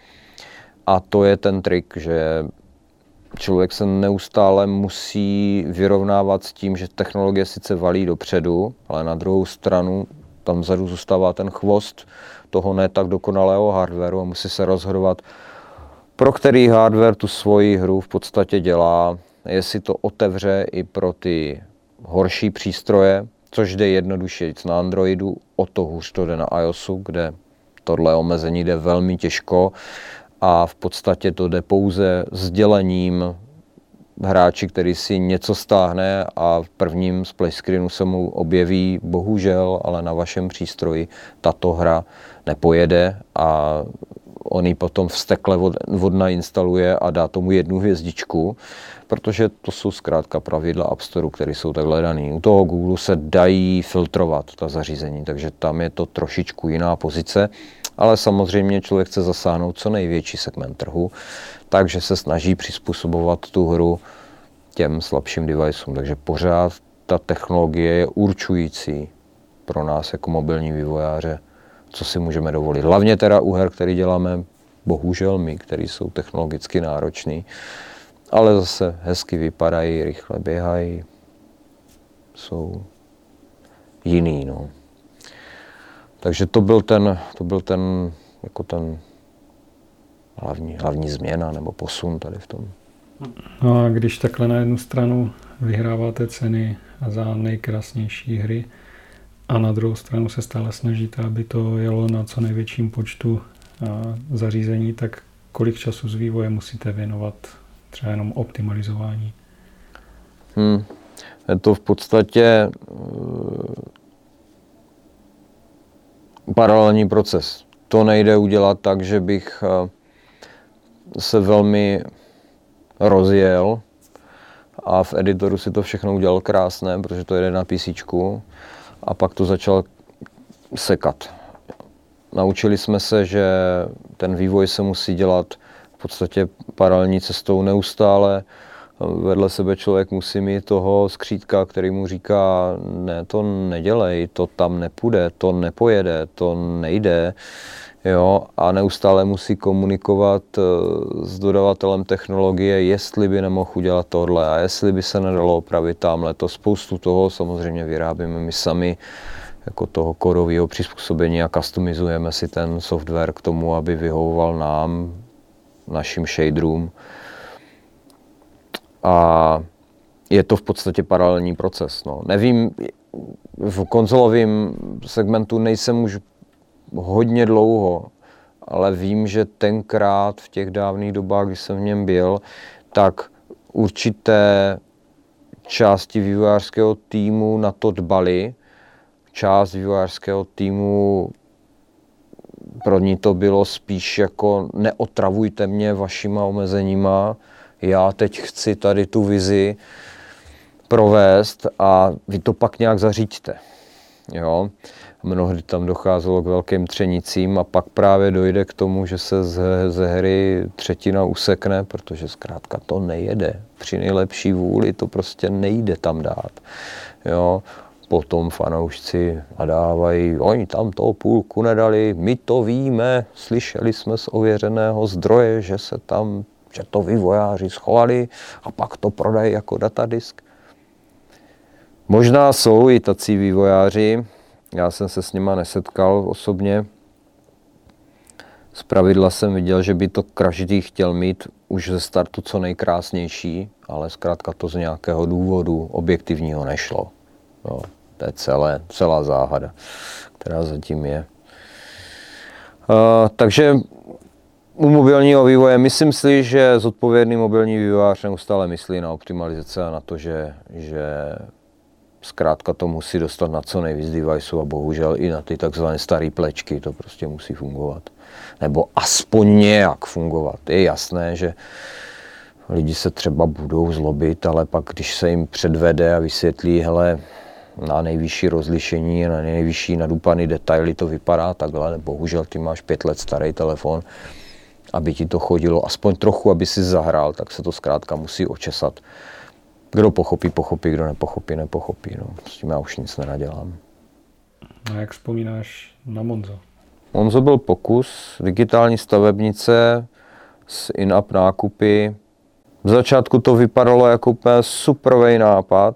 A to je ten trik, že člověk se neustále musí vyrovnávat s tím, že technologie sice valí dopředu, ale na druhou stranu tam vzadu zůstává ten chvost toho ne tak dokonalého hardwareu a musí se rozhodovat, pro který hardware tu svoji hru v podstatě dělá, jestli to otevře i pro ty horší přístroje, což jde jednodušeji na Androidu, o to hůř to jde na iOSu, kde tohle omezení jde velmi těžko a v podstatě to jde pouze sdělením hráči, který si něco stáhne a v prvním splash screenu se mu objeví, bohužel, ale na vašem přístroji tato hra nepojede a on ji potom vztekle odnainstaluje a dá tomu jednu hvězdičku, protože to jsou zkrátka pravidla App Store, které jsou takhle daný. U toho Google se dají filtrovat ta zařízení, takže tam je to trošičku jiná pozice, ale samozřejmě člověk chce zasáhnout co největší segment trhu, takže se snaží přizpůsobovat tu hru těm slabším deviceům, takže pořád ta technologie je určující pro nás jako mobilní vývojáře, co si můžeme dovolit. Hlavně teda u her, které děláme, bohužel my, které jsou technologicky náročný, ale zase hezky vypadají, rychle běhají, jsou jiný, no. Takže to byl ten, to byl ten, jako ten hlavní, hlavní změna nebo posun tady v tom. No a když takhle na jednu stranu vyhráváte ceny za nejkrásnější hry a na druhou stranu se stále snažíte, aby to jelo na co největším počtu zařízení, tak kolik času z vývoje musíte věnovat třeba jenom optimalizování? Hmm. Je to v podstatě uh, paralelní proces. To nejde udělat tak, že bych uh, se velmi rozjel a v editoru si to všechno udělal krásné, protože to jede na PCčku a pak to začal sekat. Naučili jsme se, že ten vývoj se musí dělat v podstatě paralelní cestou neustále. Vedle sebe člověk musí mít toho skřítka, který mu říká, ne, to nedělej, to tam nepůjde, to nepojede, to nejde. Jo, a neustále musí komunikovat s dodavatelem technologie, jestli by nemohl udělat tohle a jestli by se nedalo opravit tamhle. To spoustu toho samozřejmě vyrábíme my sami. jako toho kódového přizpůsobení a customizujeme si ten software k tomu, aby vyhovoval nám, našim shaderům. A je to v podstatě paralelní proces. No. Nevím, v konzolovém segmentu nejsem už hodně dlouho, ale vím, že tenkrát v těch dávných dobách, kdy jsem v něm byl, tak určité části vývojářského týmu na to dbali. Část vývojářského týmu, pro ní to bylo spíš jako neotravujte mě vašima omezeníma, já teď chci tady tu vizi provést a vy to pak nějak zaříďte. Jo? Mnohdy tam docházelo k velkým třenicím a pak právě dojde k tomu, že se ze, ze hry třetina usekne, protože zkrátka to nejede. Při nejlepší vůli to prostě nejde tam dát. Jo? Potom fanoušci nadávají, oni tam toho půlku nedali, my to víme, slyšeli jsme z ověřeného zdroje, že se tam, že to vývojáři schovali a pak to prodají jako datadisk. Možná jsou i tací vývojáři, já jsem se s nima nesetkal osobně. Zpravidla jsem viděl, že by to každý chtěl mít už ze startu co nejkrásnější, ale zkrátka to z nějakého důvodu objektivního nešlo. Jo, to je celé, celá záhada, která zatím je. Uh, takže u mobilního vývoje myslím si, že zodpovědný mobilní vývojář neustále myslí na optimalizaci a na to, že, že zkrátka to musí dostat na co nejvíc deviceů a bohužel i na ty takzvané staré plečky to prostě musí fungovat. Nebo aspoň nějak fungovat. Je jasné, že lidi se třeba budou zlobit, ale pak když se jim předvede a vysvětlí, hele, na nejvyšší rozlišení, na nejvyšší nadupaný detaily to vypadá takhle, bohužel ty máš pět let starý telefon, aby ti to chodilo aspoň trochu, aby si zahrál, tak se to zkrátka musí očesat. Kdo pochopí, pochopí, kdo nepochopí, nepochopí. No, s tím já už nic nenadělám. A jak vzpomínáš na Monzo? Monzo byl pokus digitální stavebnice s in-app nákupy. V začátku to vypadalo jako úplně superový nápad.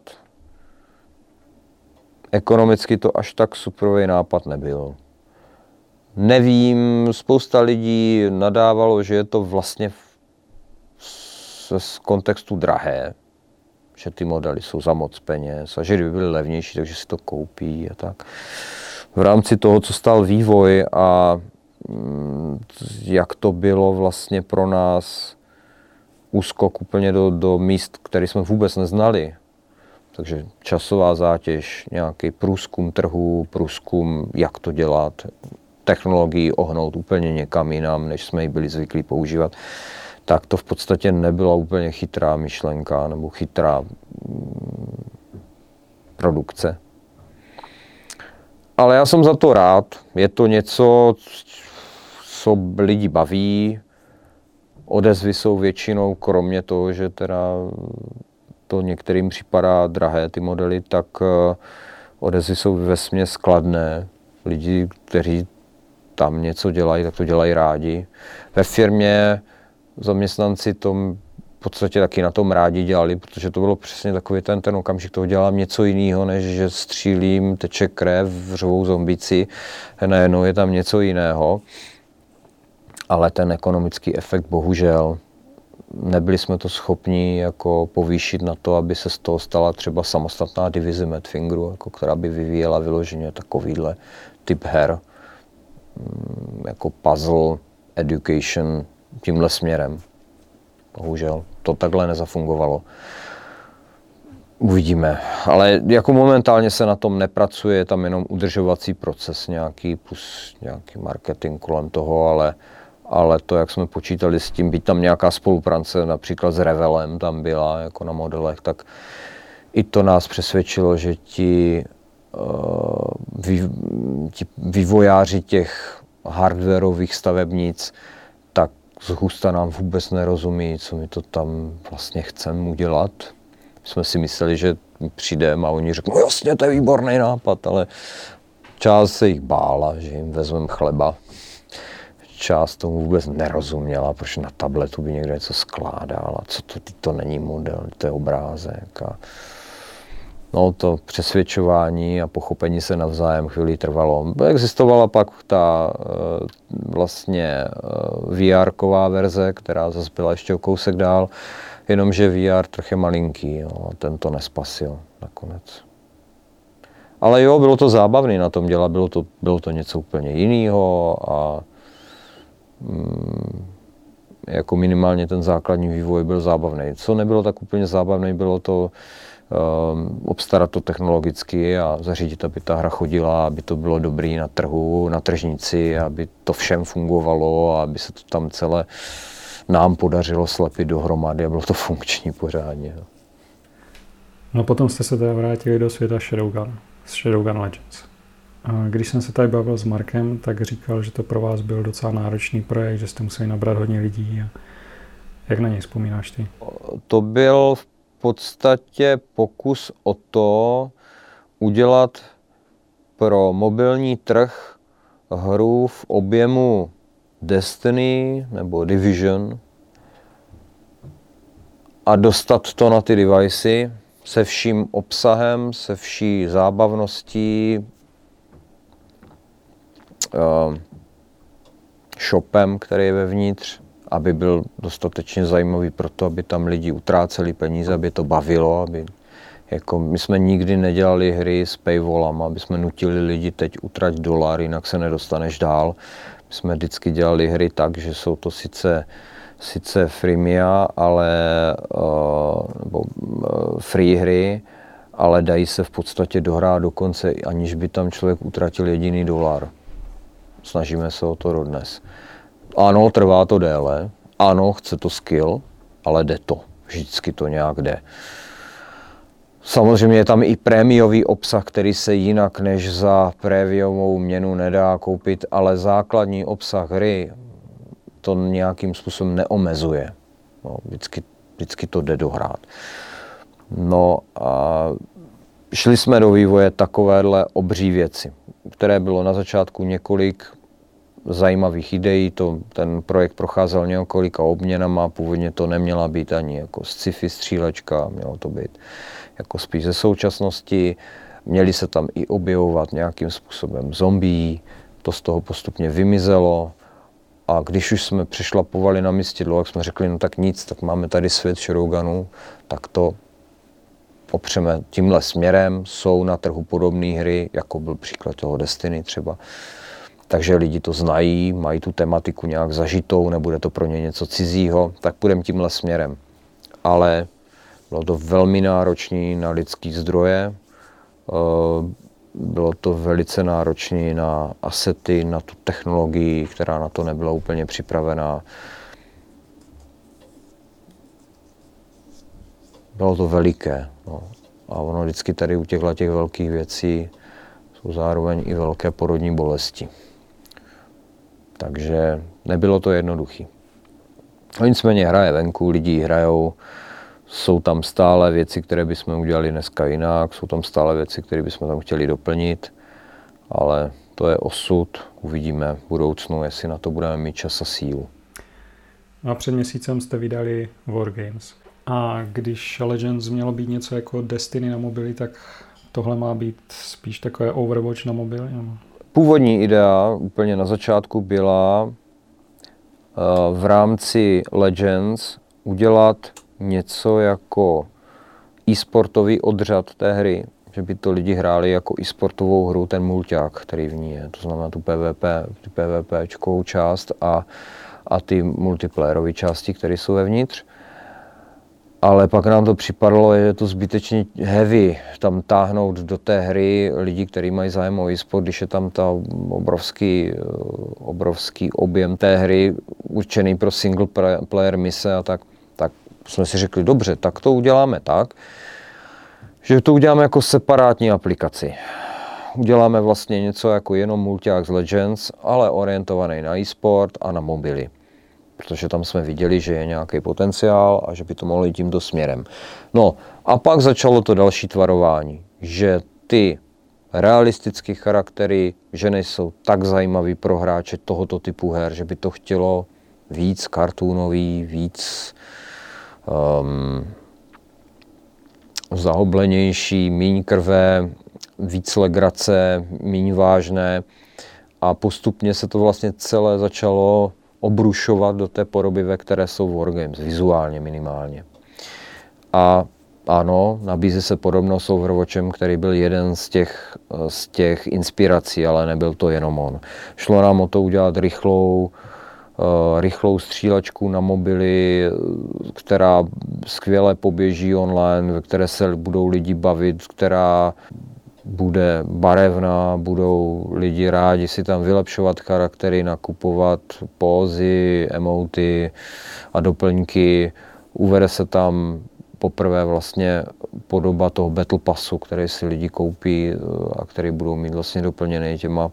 Ekonomicky to až tak superový nápad nebyl. Nevím, spousta lidí nadávalo, že je to vlastně z kontextu drahé, že ty modely jsou za moc peněz a že kdyby byly levnější, takže si to koupí a tak. V rámci toho, co stál vývoj a jak to bylo vlastně pro nás úskok úplně do, do míst, které jsme vůbec neznali. Takže časová zátěž, nějaký průzkum trhu, průzkum, jak to dělat, technologii ohnout úplně někam jinam, než jsme ji byli zvyklí používat, tak to v podstatě nebyla úplně chytrá myšlenka nebo chytrá mm, produkce. Ale já jsem za to rád. Je to něco, co lidi baví. Odezvy jsou většinou, kromě toho, že teda to některým připadá drahé ty modely, tak odezvy jsou vesměs skladné. Lidi, kteří tam něco dělají, tak to dělají rádi. Ve firmě zaměstnanci to v podstatě taky na tom rádi dělali, protože to bylo přesně takový ten, ten okamžik, toho dělám něco jiného, než že střílím, teče krev, řvou zombici, najednou je tam něco jiného. Ale ten ekonomický efekt bohužel nebyli jsme to schopni jako povýšit na to, aby se z toho stala třeba samostatná divize Madfingeru, jako která by vyvíjela vyloženě takovýhle typ her, jako puzzle, education, tímhle směrem. Bohužel to takhle nezafungovalo. Uvidíme, ale jako momentálně se na tom nepracuje, je tam jenom udržovací proces nějaký, plus nějaký marketing kolem toho, ale ale to, jak jsme počítali s tím, byť tam nějaká spolupráce například s Revelem tam byla jako na modelech, tak i to nás přesvědčilo, že ti, uh, vý, ti vývojáři těch hardwarových stavebnic tak zhusta nám vůbec nerozumí, co my to tam vlastně chceme udělat. Jsme si mysleli, že přijdeme a oni řeknou, jasně, to je výborný nápad, ale část se jich bála, že jim vezmeme chleba. Část tomu vůbec nerozuměla, protože na tabletu by někdo něco skládal a co to, to není model, to je obrázek. A No to přesvědčování a pochopení se navzájem chvíli trvalo. Existovala pak ta vlastně V R-ková verze, která zase byla ještě o kousek dál, jenomže V R trochu je malinký, jo, a ten to nespasil nakonec. Ale jo, bylo to zábavné na tom dělat, bylo to, bylo to něco úplně jiného a mm, jako minimálně ten základní vývoj byl zábavný. Co nebylo tak úplně zábavné, bylo to um, obstarat to technologicky a zařídit, aby ta hra chodila, aby to bylo dobrý na trhu, na tržnici, aby to všem fungovalo a aby se to tam celé nám podařilo slepit dohromady a bylo to funkční pořádně. No potom jste se teda vrátili do světa Shadowgun, z Shadowgun Legends. A když jsem se tady bavil s Markem, tak říkal, že to pro vás byl docela náročný projekt, že jste museli nabrat hodně lidí. A jak na něj vzpomínáš ty? To byl v podstatě pokus o to udělat pro mobilní trh hru v objemu Destiny nebo Division a dostat to na ty devicey se vším obsahem, se vší zábavností, uh, shopem, který je vevnitř, aby byl dostatečně zajímavý pro to, aby tam lidi utráceli peníze, aby to bavilo, aby jako my jsme nikdy nedělali hry s paywallama, aby jsme nutili lidi teď utrať dolar, jinak se nedostaneš dál. My jsme vždycky dělali hry tak, že jsou to sice, sice freemia, ale uh, nebo uh, free hry, ale dají se v podstatě dohrát do konce, aniž by tam člověk utratil jediný dolar. Snažíme se o to dodnes. Ano, trvá to déle, ano, chce to skill, ale jde to. Vždycky to nějak jde. Samozřejmě je tam i prémiový obsah, který se jinak než za prémiovou měnu nedá koupit, ale základní obsah hry to nějakým způsobem neomezuje. No, vždycky, vždycky to jde dohrát. No a šli jsme do vývoje takovéhle obří věci, které bylo na začátku několik zajímavých ideí. To, ten projekt procházel několika obměnama, původně to neměla být ani jako sci-fi střílečka, mělo to být jako spíš ze současnosti. Měli se tam i objevovat nějakým způsobem zombie, to z toho postupně vymizelo. A když už jsme přešlapovali na místidlo, jak jsme řekli, no tak nic, tak máme tady svět Shadowgunu, tak to opřeme tímhle směrem. Jsou na trhu podobné hry, jako byl příklad toho Destiny třeba. Takže lidi to znají, mají tu tematiku nějak zažitou, nebude to pro ně něco cizího, tak půjdeme tímhle směrem. Ale bylo to velmi náročné na lidský zdroje, bylo to velice náročné na asety, na tu technologii, která na to nebyla úplně připravená. Bylo to veliké. No. A ono vždycky tady u těchto těch velkých věcí jsou zároveň i velké porodní bolesti. Takže nebylo to jednoduché. Nicméně hra je venku, lidi hrajou, jsou tam stále věci, které bychom udělali dneska jinak, jsou tam stále věci, které bychom tam chtěli doplnit, ale to je osud, uvidíme v budoucnu, jestli na to budeme mít čas a sílu. No a před měsícem jste vydali Wargames. A když Legends mělo být něco jako Destiny na mobily, tak tohle má být spíš takové Overwatch na mobily? Původní idea úplně na začátku byla uh, v rámci Legends udělat něco jako e-sportový odřad té hry, že by to lidi hráli jako e-sportovou hru, ten mulťák, který v ní je, to znamená tu PvP, tu PvPčkovou část a, a ty multiplayerové části, které jsou vevnitř. Ale pak nám to připadalo, že je to zbytečně heavy, tam táhnout do té hry lidi, kteří mají zájem o e-sport, když je tam ta obrovský, obrovský objem té hry určený pro single player mise a tak, tak jsme si řekli, dobře, tak to uděláme tak, že to uděláme jako separátní aplikaci. Uděláme vlastně něco jako jenom mulťák z Legends, ale orientovaný na e-sport a na mobily. Protože tam jsme viděli, že je nějaký potenciál a že by to mohlo jít tímto směrem. No a pak začalo to další tvarování, že ty realistické charaktery, že nejsou tak zajímavý pro hráče tohoto typu her, že by to chtělo víc kartoonový, víc um, zahoblenější, míň krve, víc legrace, míň vážné a postupně se to vlastně celé začalo obrušovat do té podoby, ve které jsou Wargames, vizuálně minimálně. A ano, nabízí se podobnost s Overwatchem, který byl jeden z těch, z těch inspirací, ale nebyl to jenom on. Šlo nám o to udělat rychlou, uh, rychlou střílečku na mobily, která skvěle poběží online, ve které se budou lidi bavit, která bude barevná, budou lidi rádi si tam vylepšovat charaktery, nakupovat pózy, emoty a doplňky. Uvede se tam poprvé vlastně podoba toho Battle Passu, který si lidi koupí a který budou mít vlastně doplněný těma,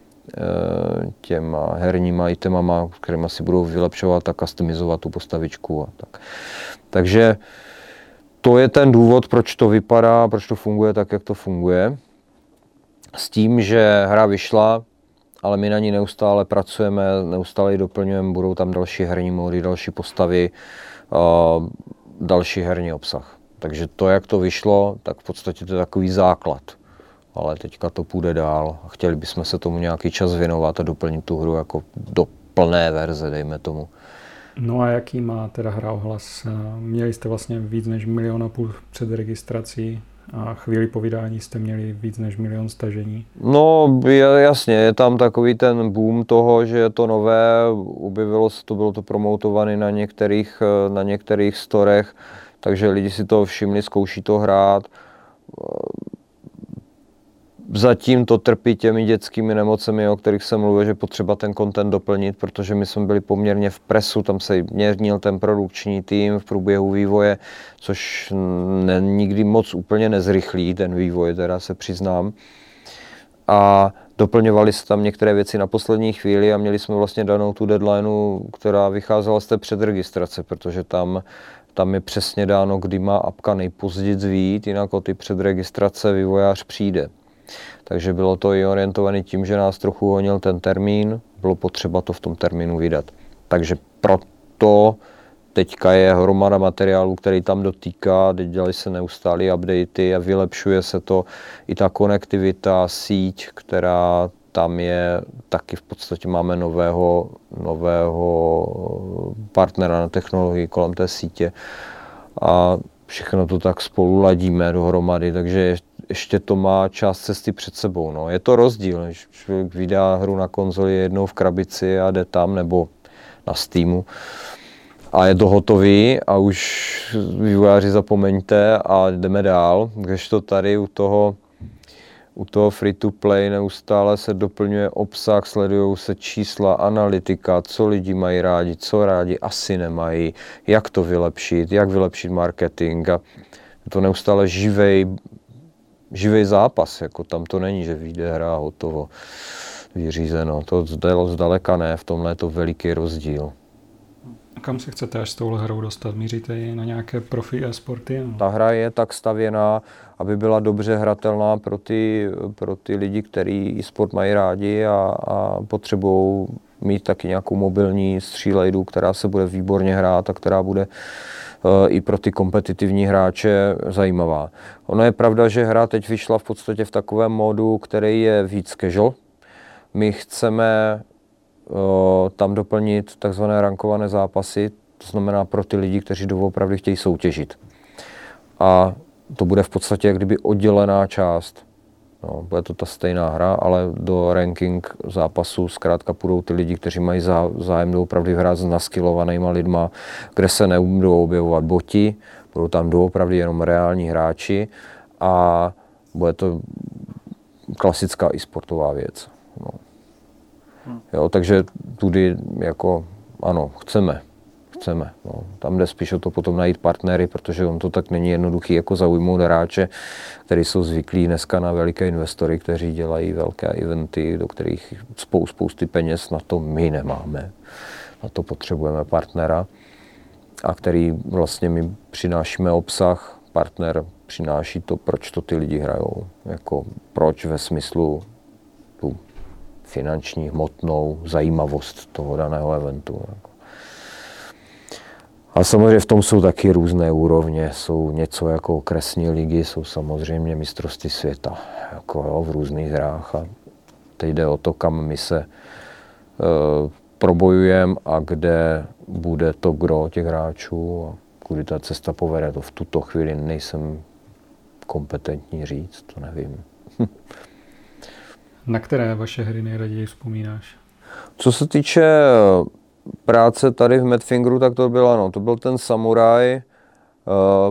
těma herníma itemama, kterými si budou vylepšovat a customizovat tu postavičku. A tak. Takže to je ten důvod, proč to vypadá, proč to funguje tak, jak to funguje. S tím, že hra vyšla, ale my na ní neustále pracujeme, neustále ji doplňujeme, budou tam další herní módy, další postavy, další herní obsah. Takže to, jak to vyšlo, tak v podstatě to je takový základ. Ale teďka to půjde dál a chtěli bychom se tomu nějaký čas věnovat a doplnit tu hru jako do plné verze, dejme tomu. No a jaký má teda hra ohlas? Měli jste vlastně víc než milion a půl před registrací a chvíli po vydání jste měli víc než milion stažení. No jasně, je tam takový ten boom toho, že je to nové, objevilo se to, bylo to promotované na některých, na některých storech, takže lidi si to všimli, zkouší to hrát. Zatím to trpí těmi dětskými nemocemi, o kterých jsem mluvil, že potřeba ten content doplnit, protože my jsme byli poměrně v presu, tam se měnil ten produkční tým v průběhu vývoje, což ne, nikdy moc úplně nezrychlí ten vývoj, teda se přiznám. A doplňovali se tam některé věci na poslední chvíli a měli jsme vlastně danou tu deadlineu, která vycházela z té předregistrace, protože tam, tam je přesně dáno, kdy má apka nejpozději vyjít, jinak o ty předregistrace vývojář přijde. Takže bylo to i orientované tím, že nás trochu honil ten termín, bylo potřeba to v tom termínu vydat. Takže proto teďka je hromada materiálu, který tam dotýká, teď dělají se neustálé updaty a vylepšuje se to. I ta konektivita, síť, která tam je, taky v podstatě máme nového, nového partnera na technologii kolem té sítě. A všechno to tak spolu ladíme dohromady, takže ještě to má část cesty před sebou. No. Je to rozdíl, když člověk vydá hru na konzoli jednou v krabici a jde tam, nebo na Steamu a je to hotový a už vývojáři zapomeňte a jdeme dál, když to tady u toho, u toho free to play neustále se doplňuje obsah, sledují se čísla, analytika, co lidi mají rádi, co rádi asi nemají, jak to vylepšit, jak vylepšit marketing a je to neustále živej, živej zápas, jako tam to není, že vyjde hra hotovo, vyřízeno, to zdaleka ne, v tomhle je to veliký rozdíl. A kam se chcete až s touhle hrou dostat? Míříte ji na nějaké profi e-sporty? No? Ta hra je tak stavěná, aby byla dobře hratelná pro ty, pro ty lidi, kteří e-sport mají rádi a, a potřebují mít taky nějakou mobilní střílejdu, která se bude výborně hrát a která bude uh, i pro ty kompetitivní hráče zajímavá. Ono je pravda, že hra teď vyšla v podstatě v takovém módu, který je víc casual. My chceme tam doplnit takzvané rankované zápasy, to znamená pro ty lidi, kteří doopravdy chtějí soutěžit. A to bude v podstatě jak kdyby oddělená část. No, bude to ta stejná hra, ale do ranking zápasu zkrátka půjdou ty lidi, kteří mají zájem doopravdy hrát s naskillovanýma lidma, kde se nebudou objevovat boti, budou tam doopravdy jenom reální hráči a bude to klasická e-sportová věc. No. Jo, takže tudy jako ano, chceme, chceme. No. Tam jde spíš o to potom najít partnery, protože on to tak není jednoduchý jako zaujmout hráče, kteří jsou zvyklí dneska na veliké investory, kteří dělají velké eventy, do kterých spou, spousty peněz, na to my nemáme. Na to potřebujeme partnera, a který vlastně my přinášíme obsah, partner přináší to, proč to ty lidi hrajou. Jako proč ve smyslu tu finanční, hmotnou zajímavost toho daného eventu. A samozřejmě v tom jsou taky různé úrovně. Jsou něco jako okresní ligy, jsou samozřejmě mistrovství světa jako jo, v různých hrách. A teď jde o to, kam my se uh, probojujeme a kde bude to gro těch hráčů a kudy ta cesta povede. To v tuto chvíli nejsem kompetentní říct, to nevím. Na které vaše hry nejraději vzpomínáš? Co se týče práce tady v Madfingeru, tak to byl, ano, to byl ten Samuraj. Uh,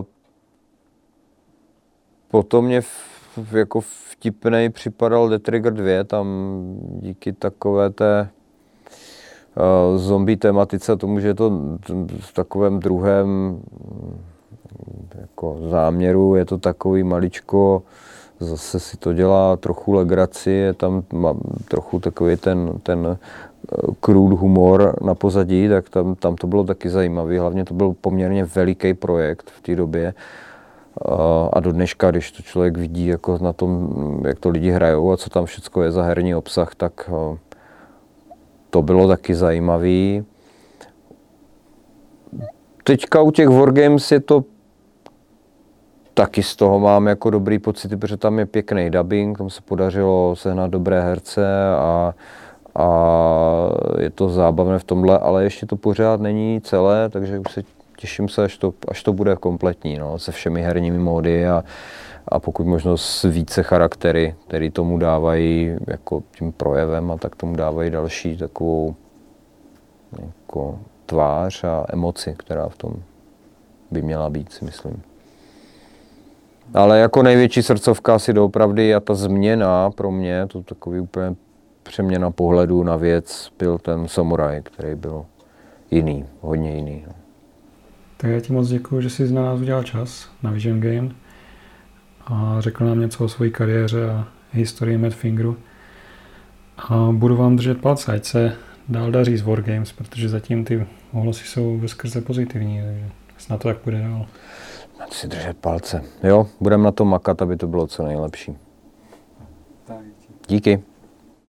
potom mě v, jako vtipnej připadal The Trigger dva, tam díky takové té uh, zombie tematice, tomu, že je to v takovém druhém jako záměru, je to takový maličko, zase si to dělá trochu legraci, je tam trochu takový ten, ten crude humor na pozadí, tak tam, tam to bylo taky zajímavé. Hlavně to byl poměrně veliký projekt v té době. A do dneška, když to člověk vidí jako na tom, jak to lidi hrajou a co tam všechno je za herní obsah, tak to bylo taky zajímavé. Teďka u těch Wargames je to taky z toho mám jako dobrý pocity, protože tam je pěkný dubbing, tam se podařilo sehnat dobré herce a, a je to zábavné v tomhle, ale ještě to pořád není celé, takže už se těším se, až to, až to bude kompletní, no, se všemi herními módy a, a pokud možno s více charaktery, který tomu dávají jako tím projevem a tak tomu dávají další takovou jako tvář a emoci, která v tom by měla být, si myslím. Ale jako největší srdcovka asi doopravdy a ta změna pro mě, to takový úplně přeměna pohledu na věc, byl ten Samuraj, který byl jiný, hodně jiný. No. Tak já ti moc děkuju, že jsi na nás udělal čas na Vision Game a řekl nám něco o své kariéře a historii Madfingeru. A budu vám držet palce, ať se dál daří z Wargames, protože zatím ty ohlasy jsou veskrze pozitivní, takže snad to tak půjde dál. Máte si držet palce. Jo, budeme na to makat, aby to bylo co nejlepší. Díky.